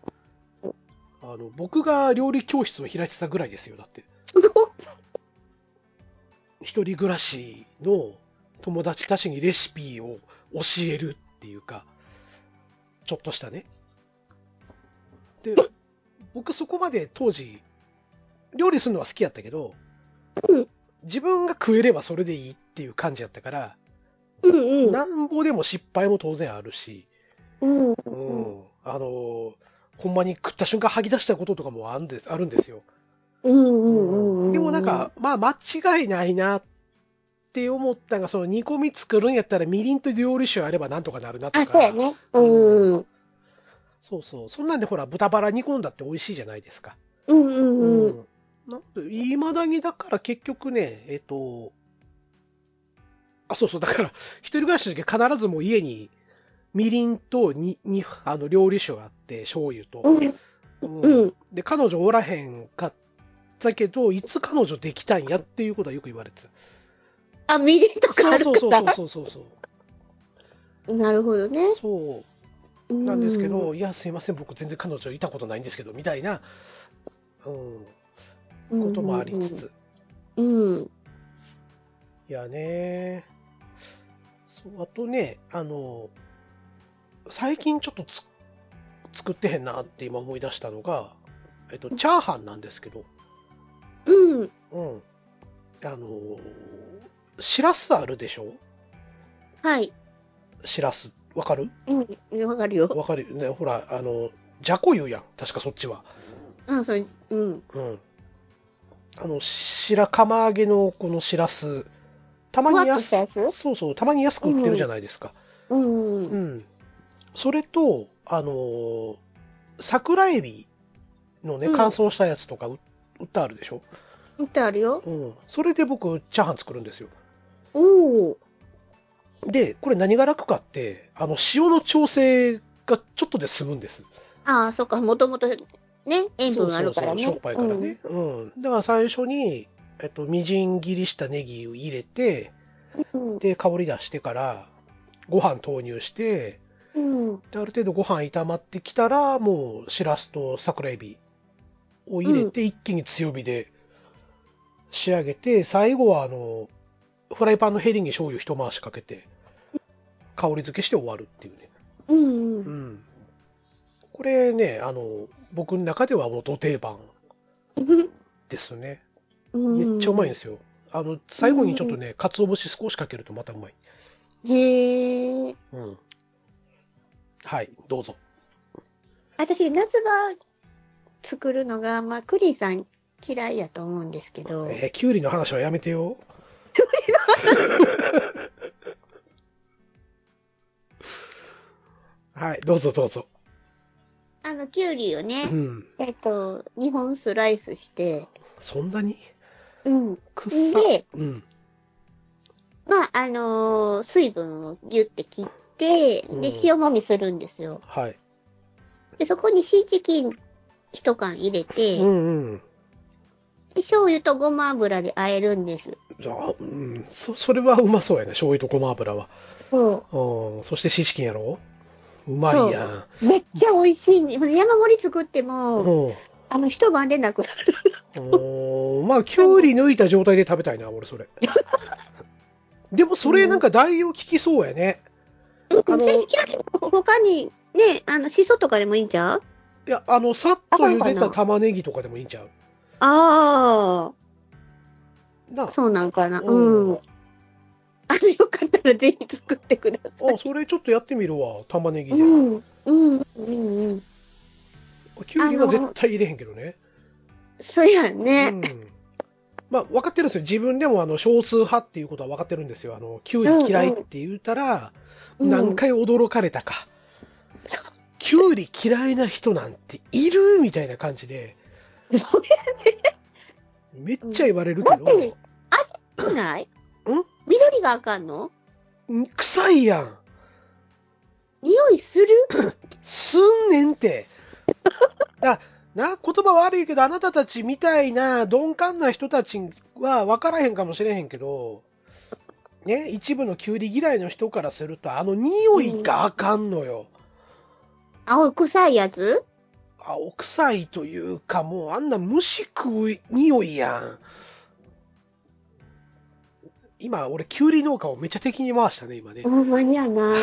僕が料理教室を開いてたぐらいですよ、だって。 すごい。 一人暮らしの友達たちにレシピを教えるっていうか、ちょっとしたね。で、僕そこまで当時、料理するのは好きやったけど、 うん。 自分が食えればそれでいいっていう感じやったから、 うんうん。 なんぼでも失敗も当然あるし、 うん。 ううん。 ん、ほんまに食った瞬間吐き出したこととかもあるんですよ。 うんううんでもなんうんうん。 か、まあ間違いないなって思ったのが、その煮込み作るんやったらみりんと料理酒あればなんとかなるなとあ、そうやか、 ね。 うん、 うん。 そうそう。そんなんでほら、豚バラ煮込んだって美味しいじゃないですか。 うんうんうん。 うん。なんで、未だにだから結局ね、そうそう、だから、一人暮らしの時必ずもう家にみりんと料理酒があって、醤油と。 うん。 うん。 うん。 で、彼女おらへんかったけど、いつ彼女できたんやっていうことはよく言われてた。 あ、みりんとかそうあるかそうそうそうそうそうそう。 ら。なるほどね。 そううなんですけん。 ど、いや、すいません、僕全然彼女いたことないんですけど、みたいな、うん、 うんこともありうんつつ。 うん。うん。 いやね、そう、あとね、最近ちょっと作ってへんなって今思い出したのが、チャーハンなんですけど、 うん。 うん。あの、しらすあるでしょ？ はい。 しらす。わかる？ うん。わかるよ。 わかるね。ほら、じゃこ言うやん。確かそっちは。 あ、そう、うん。 うん。白釜揚げのこのしらす。たまふわっとしたにやつ。 そうそう、たまに安く売ってるじゃないですか。 うん。うん。 うん。それと、桜エビのね、乾うん。 燥したやつとか売ってあるでしょ？ ってあるよ。 うん。それで僕、チャーハン作るんですよ。 おお。 で、これ何が楽かって、塩の調整がちょっとで済むんです。 ああ、そっか。もともとね、塩そう分あそうそう、しょっるからね。 ぱいうん。 からね。うん。だから最初に、みじん切りしたネギを入れて、 うん。 で、香り出してから、ご飯投入して、 うん。 で、ある程度ご飯炒まってきたら、もう、しらすと桜エビを入れうん。 て、一気に強火で仕上げて、最後は、フライパンのヘリに醤油一回しかけて、香り付けして終わるっていうね。 うん。うん。 うん。これね、僕の中ではもうド定番ですね。 うめっちゃうまいんん。 ですよ。最後にちょっとね、鰹節少しかけるとまたうまい。 へえ。 うん。はい、どうぞ。 私、夏場作るのが、まあ、クリさん嫌いやと思うんですけど、 キュウリの話はやめてよ。はい、どうぞどうぞ。 キュウリをね、 うん。 2本スライスして、 そんなにうん。 くっさ。 で、 うん。 まあ、水分をギュッて切って、で、 うん。 塩もみするんですよ。 はい。 で、そこにシーチキン一缶入れて、 うんうん。 で、醤油とごま油で和えるんです。 じゃあ、うん。それはうまそうやね。醤油とごま油は。 そうん。そしてシーチキンやろ？ うまいやん。めっちゃ美味しい、ね。山盛り作っても、一晩でなくなる。まあ、きゅうり抜いた状態で食べたいな、俺、それ。でも、それなんか代用効きそうやね。 他に、ね、しそとかでもいいんちゃう？ いや、さっと茹でた玉ねぎとかでもいいんちゃう？ ああ。そうなんかな。うん。よかったらぜひ作ってください。 それちょっとやってみるわ、玉ねぎで。きゅうりは絶対入れへんけどね。 そうやね。 まあ、分かってるんですよ。自分でも少数派っていうことは分かってるんですよ。きゅうり嫌いって言ったら、何回驚かれたか。きゅうり嫌いな人なんているみたいな感じで。 そうやね。 めっちゃ言われるけど。 だって、味くない？緑があかんの？ 臭いやん。 匂いする？ すんねんって。言葉悪いけど、あなたたちみたいな鈍感な人たちは分からへんかもしれへんけど、ね、一部のきゅうり嫌いの人からすると、匂いがあかんのよ。 青臭いやつ？ 青臭いというか、もうあんな虫食う匂いやん。今、俺、きゅうり農家をめっちゃ敵に回したね、今ね。 ほんまにやな。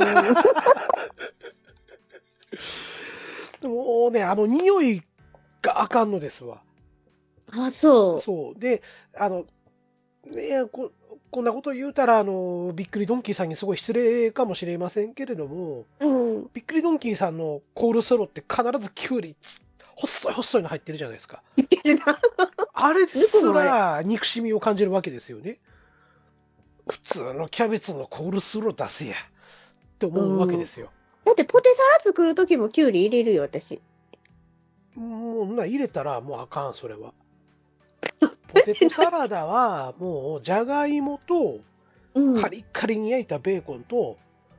もうね、匂いがあかんのですわ。 そう。 そう。で、ね、こんなこと言うたら、びっくりドンキーさんにすごい失礼かもしれませんけれども、びっくりドンキーさんのコールスローって必ずきゅうり、細いの入ってるじゃないですか。あれですら憎しみを感じるわけですよね。普通のキャベツのコールスロー出せやって思うわけですよ。 だってポテサラ作るときもきゅうり入れるよ、私。 もう入れたらもうあかん、それは。ポテトサラダはもうじゃがいもとカリッカリに焼いたベーコンと、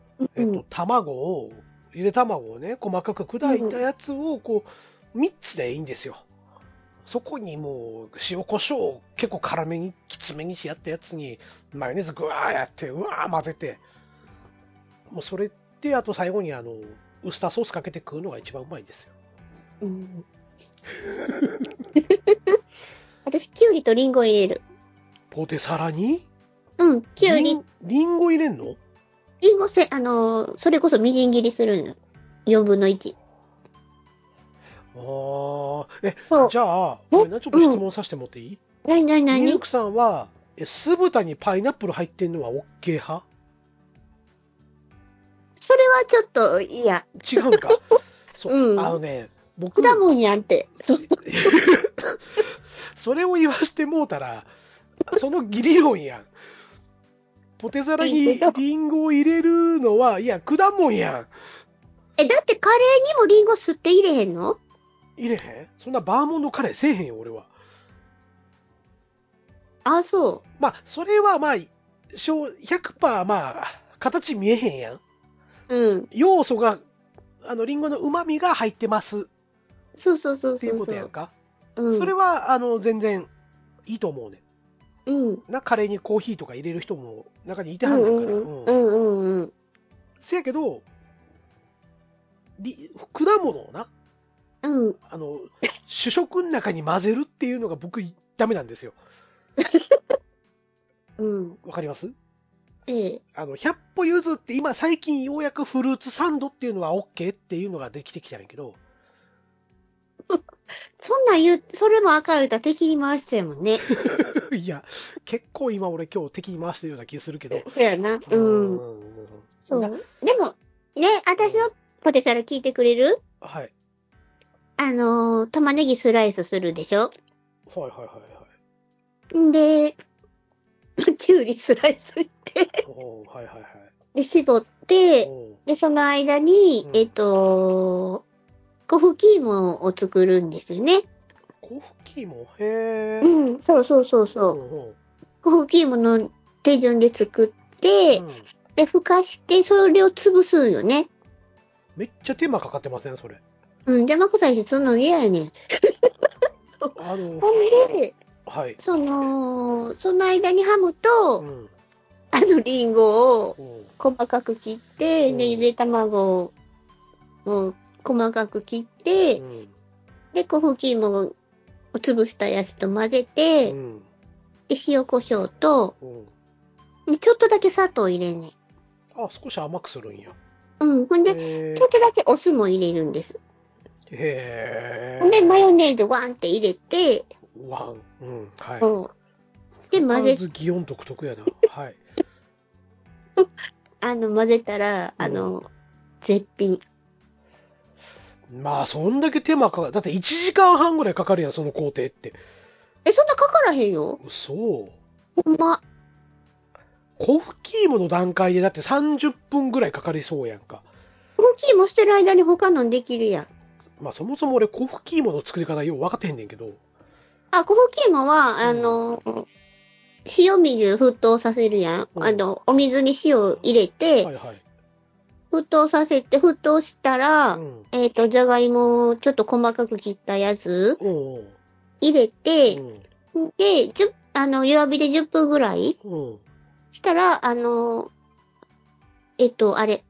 ゆで卵をね、細かく砕いたやつを3つでいいんですよ。そこにもう塩コショウを結構辛めにきつめにやったやつにマヨネーズぐわーやってうわー混ぜて、もうそれであと最後にウスターソースかけて食うのが一番うまいんですよ。 私きゅうりとリンゴ入れる。 ポテサラに？ きゅうり。 リンゴ入れんの？ リンゴそれこそみじん切りするの。4分の1。 じゃあ、ごめんな、ちょっと質問させてもらっていい？ 何ミルクさんは、酢豚にパイナップル入ってんのは OK 派？ それはちょっと嫌。 違うんか。そう、僕。 果物やんって。 それを言わしてもうたら、その義理論やん。ポテサラにリンゴを入れるのは、いや、果物やん。 だってカレーにもリンゴ吸って入れへんの？ 入れへん？そんなバーモントカレーせえへんよ、俺は。 そう。 まあ、それはまあ、100% まあ、形見えへんやん。要素が、リンゴの旨味が入ってます。 そう。 っていうことやんか。それは、全然いいと思うね。カレーにコーヒーとか入れる人も中にいてはんねんから。せやけど、果物をな、主食の中に混ぜるっていうのが僕、ダメなんですよ。わかります？100歩譲って今最近ようやくフルーツサンドっていうのは OK っていうのができてきたんやけど。 そんなんそれも赤言うたら敵に回してるもんね。 いや、結構今俺今日敵に回してるような気するけど。 そうやな。そう。でも、ね、私のポテサラ聞いてくれる？ はい。 玉ねぎスライスするでしょ？ はい。 んで、きゅうりスライスして、で、絞って、で、その間に、粉吹き芋を作るんですよね。 粉吹き芋？へー。そう。粉吹き芋の手順で作って、で、ふかして、それを潰すんよね。 めっちゃ手間かかってませんそれ。 で、まこさんしてそんなの嫌やねん。ほんで、その間にハムと、リンゴを細かく切って、で、ゆで卵を細かく切って、で、粉吹き芋を潰したやつと混ぜて、で、塩コショウと、ちょっとだけ砂糖入れんねん。 あ、少し甘くするんや。 ほんで、ちょっとだけお酢も入れるんです。 ほんで、マヨネーズワンって入れて、 はい。 で、混ぜ、 擬音独特やな。はい。 混ぜたら、絶品。 まあ、そんだけ手間かかる。だって1時間半ぐらいかかるやん、その工程って。 そんなかからへんよ。 嘘。 ほんま。 粉吹き芋の段階でだって30分ぐらいかかりそうやんか。 粉吹き芋してる間に他のできるやん。 まあ、そもそも俺、粉吹き芋の作り方よう分かってへんねんけど。 粉吹き芋は、塩水沸騰させるやん。お水に塩入れて、沸騰させて、沸騰したら、じゃがいもちょっと細かく切ったやつ、入れて、で、弱火で10分ぐらい、したら、あれ、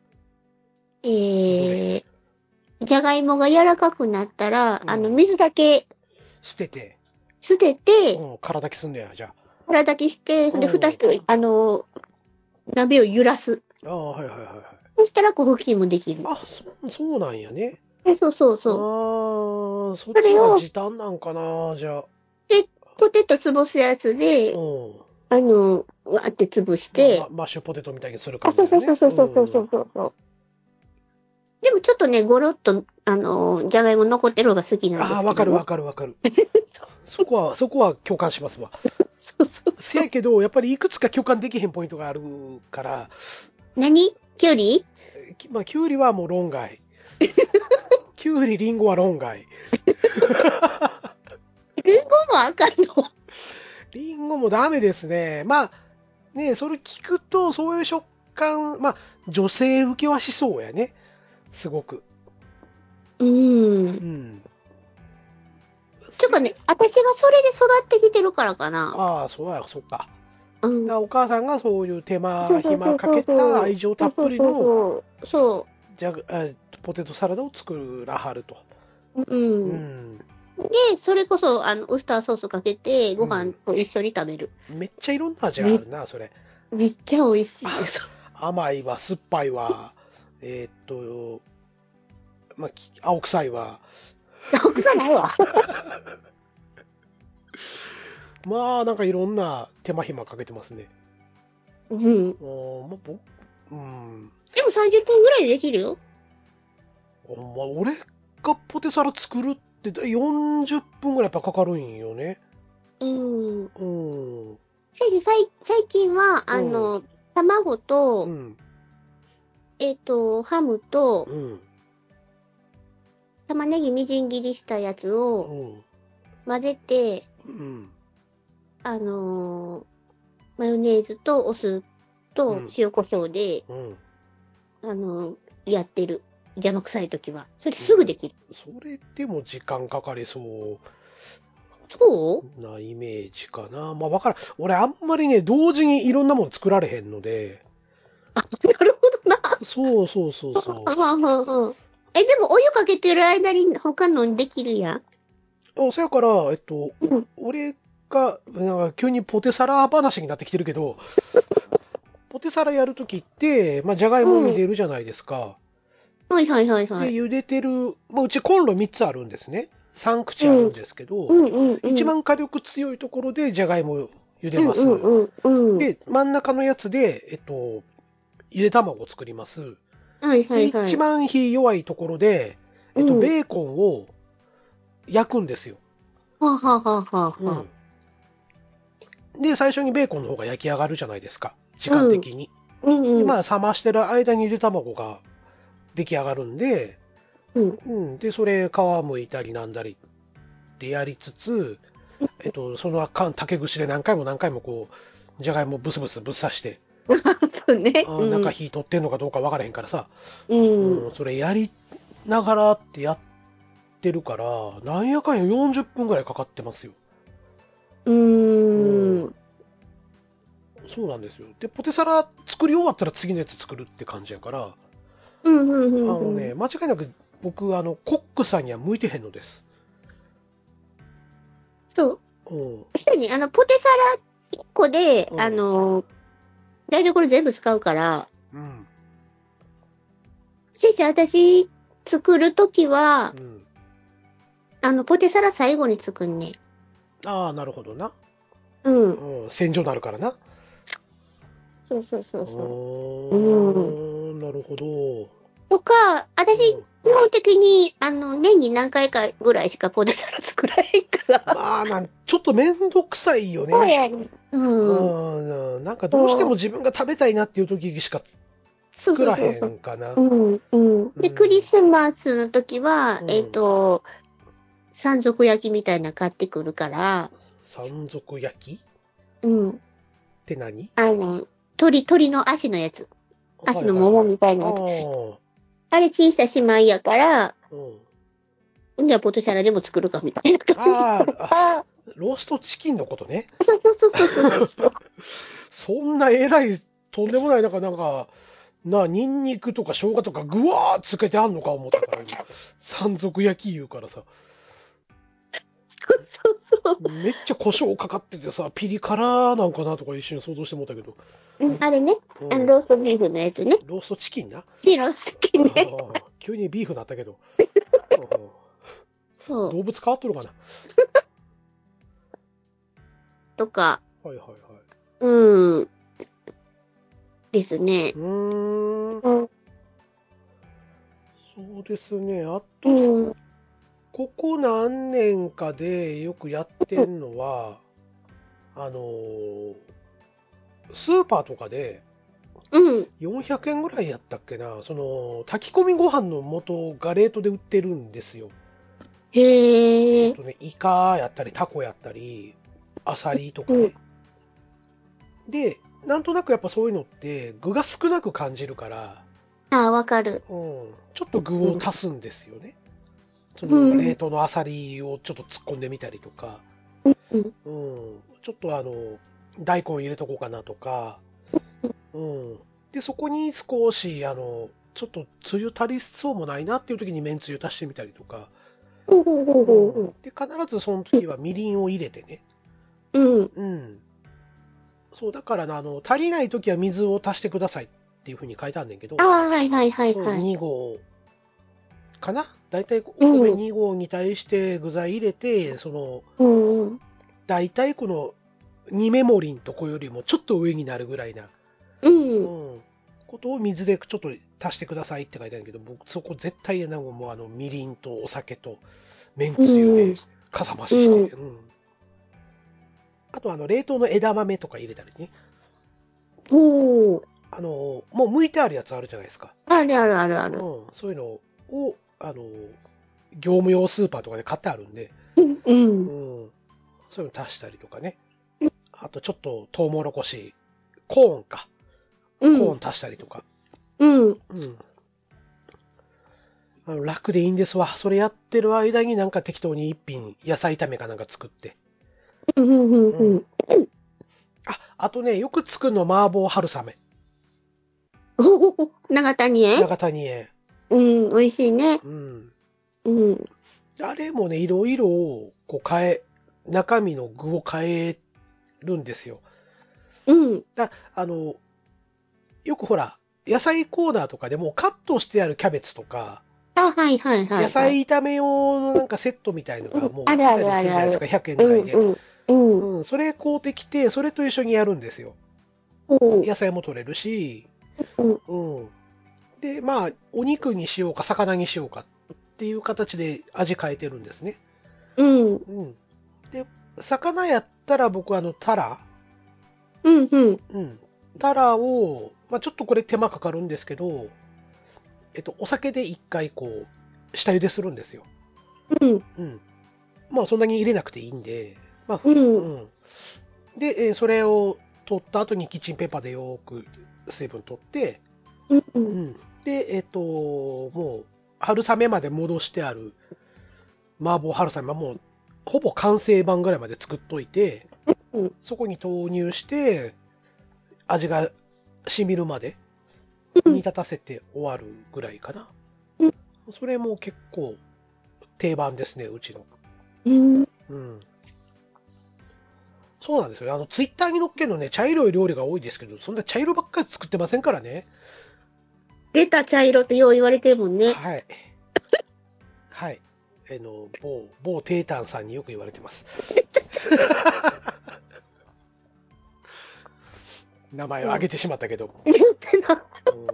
じゃがいもが柔らかくなったら、水だけ捨てて、空炊きすんねや、じゃあ。 空炊きして、で、蓋して、鍋を揺らす。 はい。 そしたら、粉吹き芋できる。 そうなんやね。 そう。 そっちが時短なんかな、じゃあ。 で、ポテト潰すやつで、わーって潰して。 マッシュポテトみたいにする感じ、ね。 そう。でもちょっとね、ゴロッと、じゃがいも残ってる方が好きなんですけど、ね。 わかる。そこは共感しますわ。 そう。 せやけど、やっぱりいくつか共感できへんポイントがあるから。 何？キュウリ？ まあ、キュウリはもう論外。キュウリ、リンゴは論外。 リンゴもあかんの？ リンゴもダメですね。まあ、ね、それ聞くと、そういう食感、まあ、女性受けはしそうやね。すごく。 ちょっとね、私はそれで育ってきてるからかな。 そうか。お母さんがそういう手間暇かけた愛情たっぷりのポテトサラダを作らはると。 で、それこそウスターソースかけてご飯と一緒に食べる。 めっちゃいろんな味があるな、それ。 めっちゃ美味しいです。 甘いわ、酸っぱいわ、まあ、青臭いわ。 青臭ないわ。 まあ、なんかいろんな手間暇かけてますね。でも 30分ぐらいでできるよ。 俺がポテサラ作るって40分ぐらいやっぱかかるんよね。 最近は、卵と、ハムと、玉ねぎみじん切りしたやつを混ぜて、マヨネーズとお酢と塩コショウで、やってる。邪魔くさいときは。それすぐできる。 それでも時間かかりそう。 そうなイメージかな。まあ、わからん。俺、あんまりね、同時にいろんなもの作られへんので。 なるほどな。 そう。 でもお湯かけてる間に他のできるやん。 そやから、俺が、なんか急にポテサラ話になってきてるけど、ポテサラやるときって、まあ、じゃがいも茹でるじゃないですか。で、茹でてる、まあ、うちコンロ3つあるんですね。3口あるんですけど、一番火力強いところでじゃがいも茹でます。で、真ん中のやつで、ゆで卵を作ります。で、一番火弱いところで、ベーコンを焼くんですよ。で、最初にベーコンの方が焼き上がるじゃないですか。時間的に。で、まあ、冷ましてる間にゆで卵が出来上がるんで、で、それ皮むいたりなんだりってやりつつ、その間、竹串で何回もこう、じゃがいもブスブスぶっ刺して、 そうね。 中火取ってんのかどうか分からへんからさ、それやりながらってやってるから、なんやかんや40分ぐらいかかってますよ。そうなんですよ。で、ポテサラ作り終わったら次のやつ作るって感じやから、 間違いなく僕、コックさんには向いてへんのです。 そう。下に、ポテサラ1個で、台所全部使うから。先生、私、作るときは、ポテサラ最後に作んね。 ああ、なるほどな。洗浄になるからな。 そう。 なるほど。 とか、私、基本的に、年に何回かぐらいしかポテサラ作らへんから。 まあ、ちょっとめんどくさいよね。 そうやね。 なんかどうしても自分が食べたいなっていう時しか作らへんかな。 で、クリスマスの時は、山賊焼きみたいな買ってくるから。 山賊焼きって何？ 鳥の足のやつ。足の桃みたいなやつ。あれ小さい姉妹やから、じゃあポテサラでも作るかみたいな感じ。 ローストチキンのことね。 そう。 そんな偉い、とんでもない、なんか、ニンニクとか生姜とかぐわーつけてあんのか思ったから、山賊焼き言うからさ。 そう。 めっちゃ胡椒かかっててさ、ピリ辛なんかなとか一瞬想像してもったけど。 あれね、ローストビーフのやつね。 ローストチキンな。 ローストチキンね。 急にビーフになったけど。 そう。 動物変わっとるかな。 とか。 はい。 ですね。 そうですね。あと、ここ何年かでよくやってんのは、スーパーとかで、400円ぐらいやったっけな、炊き込みご飯の素が冷凍で売ってるんですよ。 へえ。 イカやったり、タコやったり、アサリとかね。で、なんとなくやっぱそういうのって具が少なく感じるから、 わかる。 ちょっと具を足すんですよね。冷凍のアサリをちょっと突っ込んでみたりとか、ちょっと大根入れとこうかなとか、で、そこに少し、ちょっとつゆ足りそうもないなっていう時に麺つゆ足してみたりとか、で、必ずその時はみりんを入れてね。そう、だから足りない時は水を足してくださいっていう風に書いてあるんだけど、 はい。 そう、2合かな？だいたいお米2合に対して具材入れて、だいたいこの2メモリンとこよりもちょっと上になるぐらいな、ことを水でちょっと足してくださいって書いてあるけど、僕そこ絶対もうみりんとお酒と麺つゆでかさ増しして、あと冷凍の枝豆とか入れたりね。もう剥いてあるやつあるじゃないですか。 ある。 そういうのを、業務用スーパーとかで買ってあるんで、そういうの足したりとかね。あとちょっとトウモロコシ、コーンか。コーン足したりとか。楽でいいんですわ。それやってる間になんか適当に一品野菜炒めかなんか作って。あとね、よく作るの麻婆春雨。 長谷園。美味しいね。 あれもね、いろいろこう中身の具を変えるんですよ。よくほら、野菜コーナーとかでもカットしてあるキャベツとか、野菜炒め用のなんかセットみたいのがもう売ってたりするじゃないですか、100円ぐらいで。それ買うてきて、それと一緒にやるんですよ。野菜も取れるし、で、まあ、お肉にしようか、魚にしようかっていう形で味変えてるんですね。で、魚やったら僕タラ。タラを、まあちょっとこれ手間かかるんですけど、お酒で一回こう、下茹でするんですよ。まあそんなに入れなくていいんで、で、それを取った後にキッチンペーパーでよく水分取って、で、もう、春雨まで戻してある麻婆春雨はもう、ほぼ完成版ぐらいまで作っといて、そこに投入して、味が染みるまで、 煮立たせて終わるぐらいかな。それも結構定番ですね、うちの。そうなんですよ。ツイッターに載っけるのね、茶色い料理が多いですけど、そんな茶色ばっかり作ってませんからね。 出た茶色ってよう言われてるもんね。 はい。はい。某テータンさんによく言われてます。名前を挙げてしまったけども。 言ってな。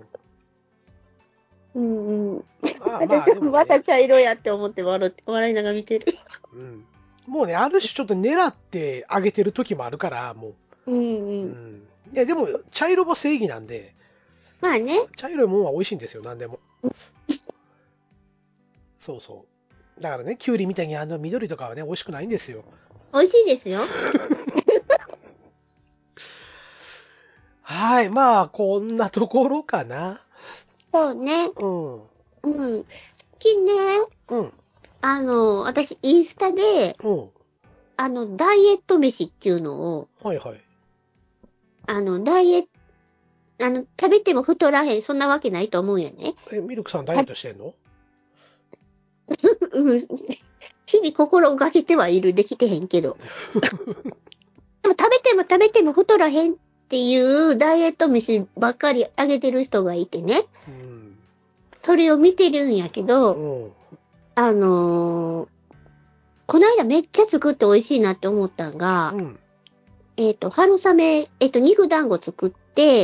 私はまた茶色やって思って笑いながら見てる。 もうね、ある種ちょっと狙ってあげてる時もあるから、もう。いや、でも、茶色も正義なんで。 まあね。 茶色いもんは美味しいんですよ、何でも。そうそう。だからね、キュウリみたいに緑とかはね、美味しくないんですよ。 美味しいですよ。 はい、まあ、こんなところかな。 そうね。最近ね、私、インスタで、ダイエット飯っていうのを、ダイエット、食べても太らへん、そんなわけないと思うんやね。 ミルクさんダイエットしてんの？ 日々心がけてはいる、できてへんけど。でも食べても太らへんっていうダイエット飯ばっかりあげてる人がいてね。それを見てるんやけど、この間めっちゃ作って美味しいなって思ったんが、春雨、肉団子作って、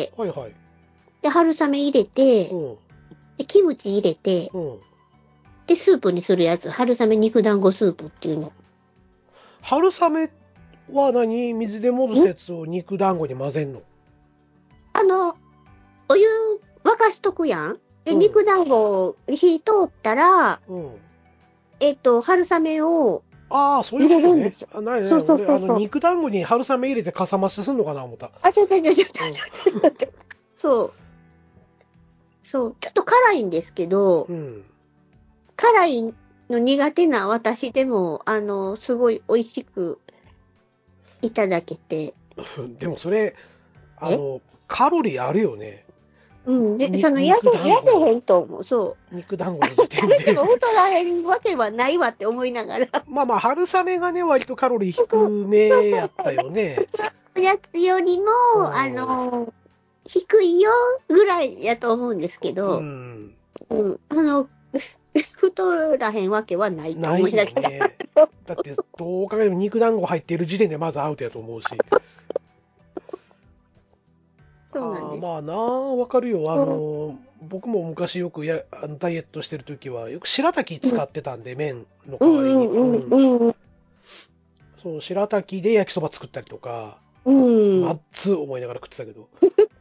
で、春雨入れて、で、キムチ入れて、で、スープにするやつ、春雨肉団子スープっていうの。 春雨は水で戻すやつを肉団子に混ぜんの？ お湯沸かしとくやん。で、肉団子火通ったら、春雨を入れるんですよ。 そう。肉団子に春雨入れてかさ増しすんのかな思った。 そう。ちょっと辛いんですけど、辛いの苦手な私でも、すごい美味しくいただけて。 でもそれ、カロリーあるよね。 で、痩せへんと思う、そう。 肉団子の時点で。 食べても太らへんわけはないわって思いながら。 まあ、春雨がね、割とカロリー低めやったよね。 やつよりも、低いよぐらいやと思うんですけど、太らへんわけはないと思いながら。 ね、だって、どう考えても肉団子入ってる時点でまずアウトやと思うし。 そうなんです。 まあなあ、わかるよ。僕も昔よくダイエットしてるときは、よく白滝使ってたんで、麺の代わりに。そう、白滝で焼きそば作ったりとか、まっつ思いながら食ってたけど。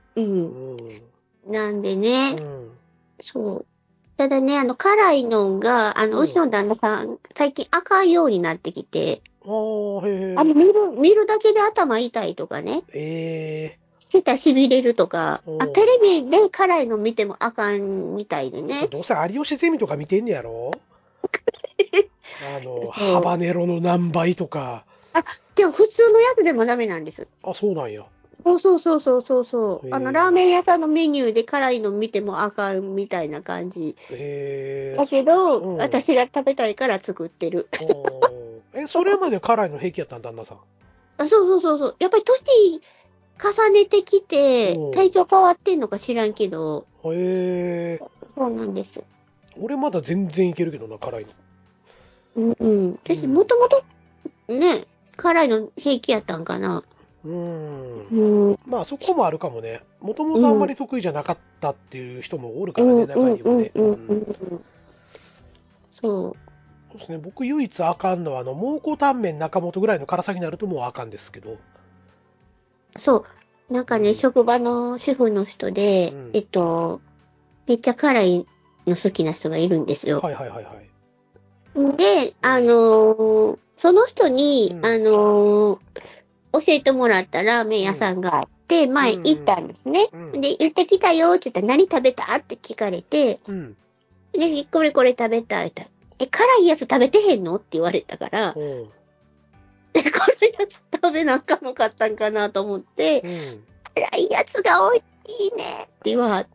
なんでね、そう。ただね、辛いのが、うちの旦那さん、最近赤いようになってきて、見るだけで頭痛いとかね。痺れるとか、テレビで辛いの見てもあかんみたいでね。 どうせ有吉ゼミとか見てんねやろ？ハバネロの何倍とか。 でも普通のやつでもダメなんです。 そうなんや。 そう。ラーメン屋さんのメニューで辛いの見てもあかんみたいな感じ。だけど、私が食べたいから作ってる。 それまで辛いの平気やったん、旦那さん？ そう。やっぱり年重ねてきて、体調変わってんのか知らんけど。そうなんです。 俺まだ全然いけるけどな、辛いの。私、もともと、ね、辛いの平気やったんかな。 まあ、そこもあるかもね。もともとあんまり得意じゃなかったっていう人もおるからね、中にはね。そうですね。僕唯一あかんのは、蒙古タンメン中本ぐらいの辛さになるともうあかんですけど。そう。 なんかね、職場の主婦の人で、めっちゃ辛いの好きな人がいるんですよ。で、その人に、教えてもらったラーメン屋さんがあって、前行ったんですね。で、行ってきたよって言ったら何食べたって聞かれて、で、これ食べたい。辛いやつ食べてへんのって言われたから、辛いやつ食べなあかんのかったんかなと思って、辛いやつが多いいいねって言わはって、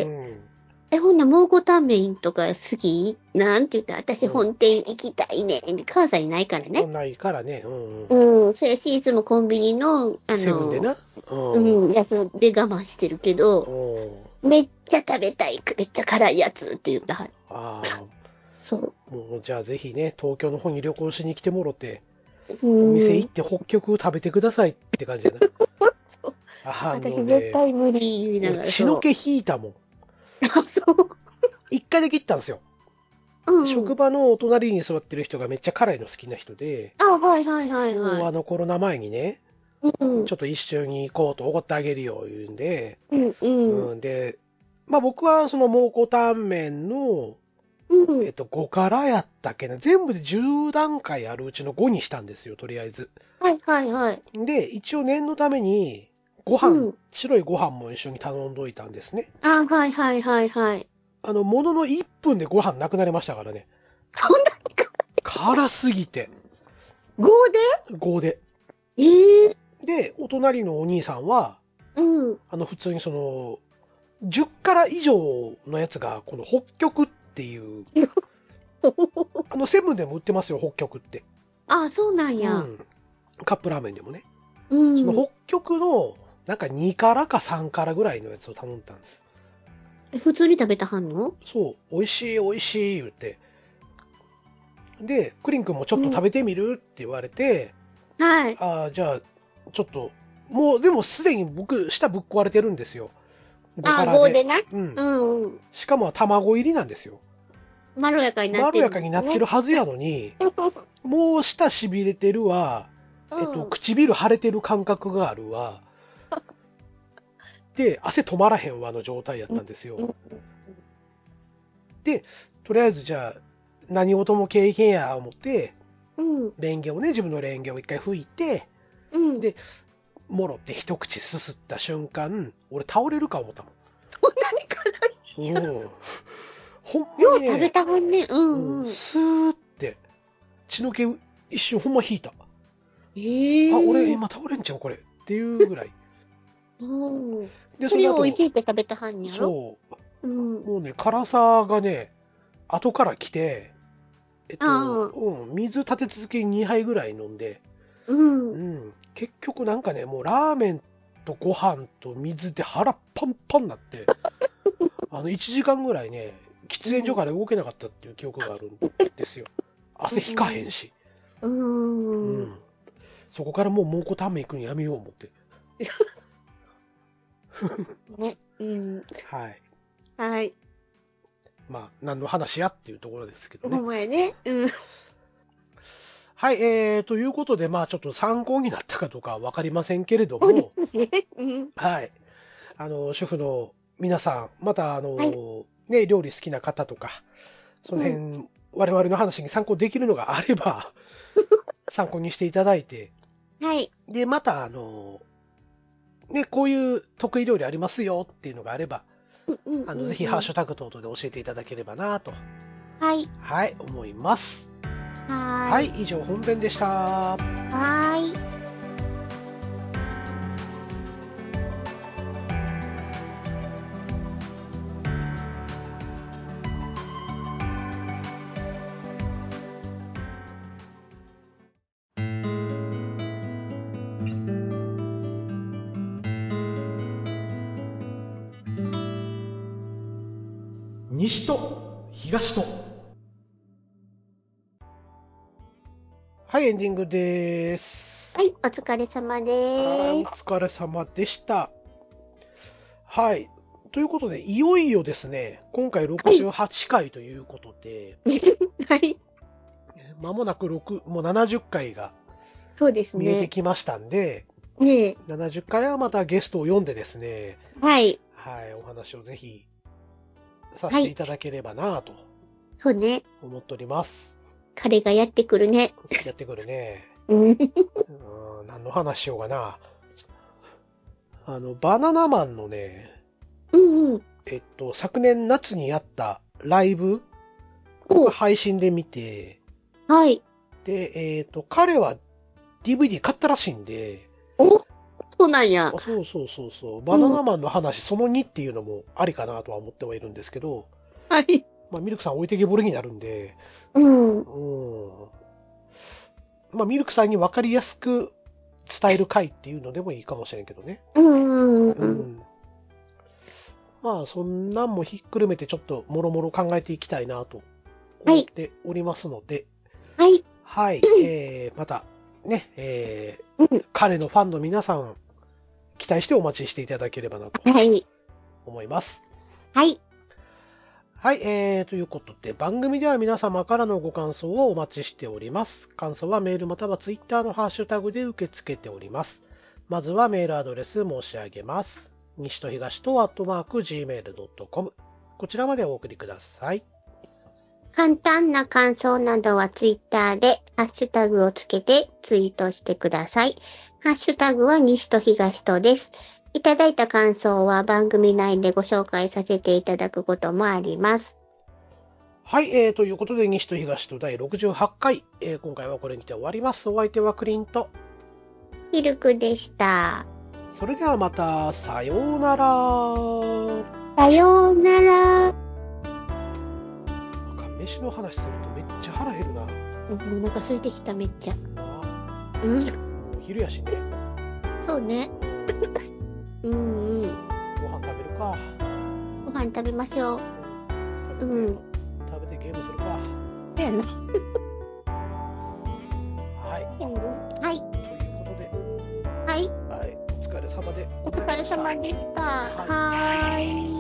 ほんな蒙古タンメンとか好きなんて言ったら、私本店行きたいね。関西にないからね。 ないからね。 それし、いつもコンビニの、 セブンでな。 やつで我慢してるけど、めっちゃ食べたい、めっちゃ辛いやつって言ったはる。 ああ。 そう。 もう、じゃあぜひね、東京の方に旅行しに来てもろて、お店行って北極食べてくださいって感じやな。 そう。私絶対無理言いながら。 血の気引いたもん。 そう。 一回だけ行ったんですよ。職場のお隣に座ってる人がめっちゃ辛いの好きな人で、 はいはいはいはい。 そう、コロナ前にね、ちょっと一緒に行こうとおごってあげるよ、言うんで、で、まあ僕はその蒙古タンメンの、5辛やったっけな。全部で10段階あるうちの5にしたんですよ、とりあえず。 はいはいはい。 で、一応念のために、ご飯、白いご飯も一緒に頼んどいたんですね。 はいはいはいはい。 ものの1分でご飯なくなりましたからね。 そんなに辛すぎて。 5で 5で。で、お隣のお兄さんは、普通にその、10辛以上のやつが、この北極っていう、セブンでも売ってますよ、北極って。 あ、そうなんや。 カップラーメンでもね。その北極の、なんか2辛か3辛ぐらいのやつを頼んだんです。 普通に食べたはんの？ そう、美味しい美味しい言って。で、クリン君もちょっと食べてみるって言われて、 はい。 じゃあ、ちょっと、もうでもすでに僕、舌ぶっ壊れてるんですよ。5辛で。 5でな。 しかも卵入りなんですよ。 まろやかになってる、 まろやかになってるはずやのに、もう舌痺れてるわ、唇腫れてる感覚があるわ、で、汗止まらへんわの状態やったんですよ。で、とりあえずじゃあ、何事も経験や思って、レンゲをね、自分のレンゲを一回拭いて、で、もろって一口すすった瞬間、俺倒れるか思ったもん。 そんなに辛い？ ほんまにね、 よう食べたもんね。 スーって血の気一瞬ほんま引いた。俺今倒れんちゃうこれっていうぐらい。 で、それを美味しいって食べたはんやろ？ そう。もうね、辛さがね、後から来て、水立て続けに2杯ぐらい飲んで、結局なんかね、もうラーメンとご飯と水で腹パンパンになって、1時間ぐらいね、喫煙所から動けなかったっていう記憶があるんですよ。汗引かへんし。そこからもう蒙古タンメン行くのやめよう思って。 ね。 はい。 はい。 まあ、何の話やっていうところですけどね。 ほんまやね。 はい、ということで、まあ、ちょっと参考になったかどうかはわかりませんけれども、はい。主婦の皆さん、また、ね、料理好きな方とか、その辺、我々の話に参考できるのがあれば、参考にしていただいて、 はい。 で、また、ね、こういう得意料理ありますよっていうのがあれば、ぜひハッシュタグ等々で教えていただければなと、 はい。 はい、思います。 はい。 以上本編でした。 はい。 西と東と。はい、エンディングです。 はい、お疲れ様です。 お疲れ様でした。はい。ということで、いよいよですね、今回68回ということで、 はい。 まもなくもう70回がそうですね。 見えてきましたんで、70回はまたゲストを呼んでですね、 はい。 はい、お話をぜひさせていただければなと、 そうね。 思っております。 彼がやってくるね。 やってくるね。何の話しようかな。バナナマンのね、昨年夏にやったライブを配信で見て、 はい。 で、彼は DVD 買ったらしいんで、 そうなんや。 そうそうそうそう。バナナマンの話、その2っていうのもありかなとは思ってはいるんですけど、 はい。 まあ、ミルクさん置いてけぼりになるんで、 うん。 まあ、ミルクさんに分かりやすく伝える回っていうのでもいいかもしれんけどね。まあ、そんなんもひっくるめてちょっともろもろ考えていきたいなと思っておりますので、 はい。 はい。また、ね、彼のファンの皆さん、期待してお待ちしていただければなと思います。 はい。 はい、ということで、番組では皆様からのご感想をお待ちしております。感想はメールまたはツイッターのハッシュタグで受け付けております。まずはメールアドレス申し上げます。西と東と@gmail.com。こちらまでお送りください。 簡単な感想などはツイッターでハッシュタグをつけてツイートしてください。ハッシュタグは西と東とです。いただいた感想は番組内でご紹介させていただくこともあります。 はい、ということで西と東と第68回、今回はこれにて終わります。お相手はクリンとミルクでした。 それではまた、さようなら。 さようなら。 飯の話するとめっちゃ腹減るな。 なんか空いてきためっちゃ。 もう昼やしね。 そうね。 ご飯食べるか。 ご飯食べましょう。 食べてゲームするか。 そうやな。 はい。 はい。 ということで。 はい。 はい。お疲れ様でお疲れ様でした。はーい。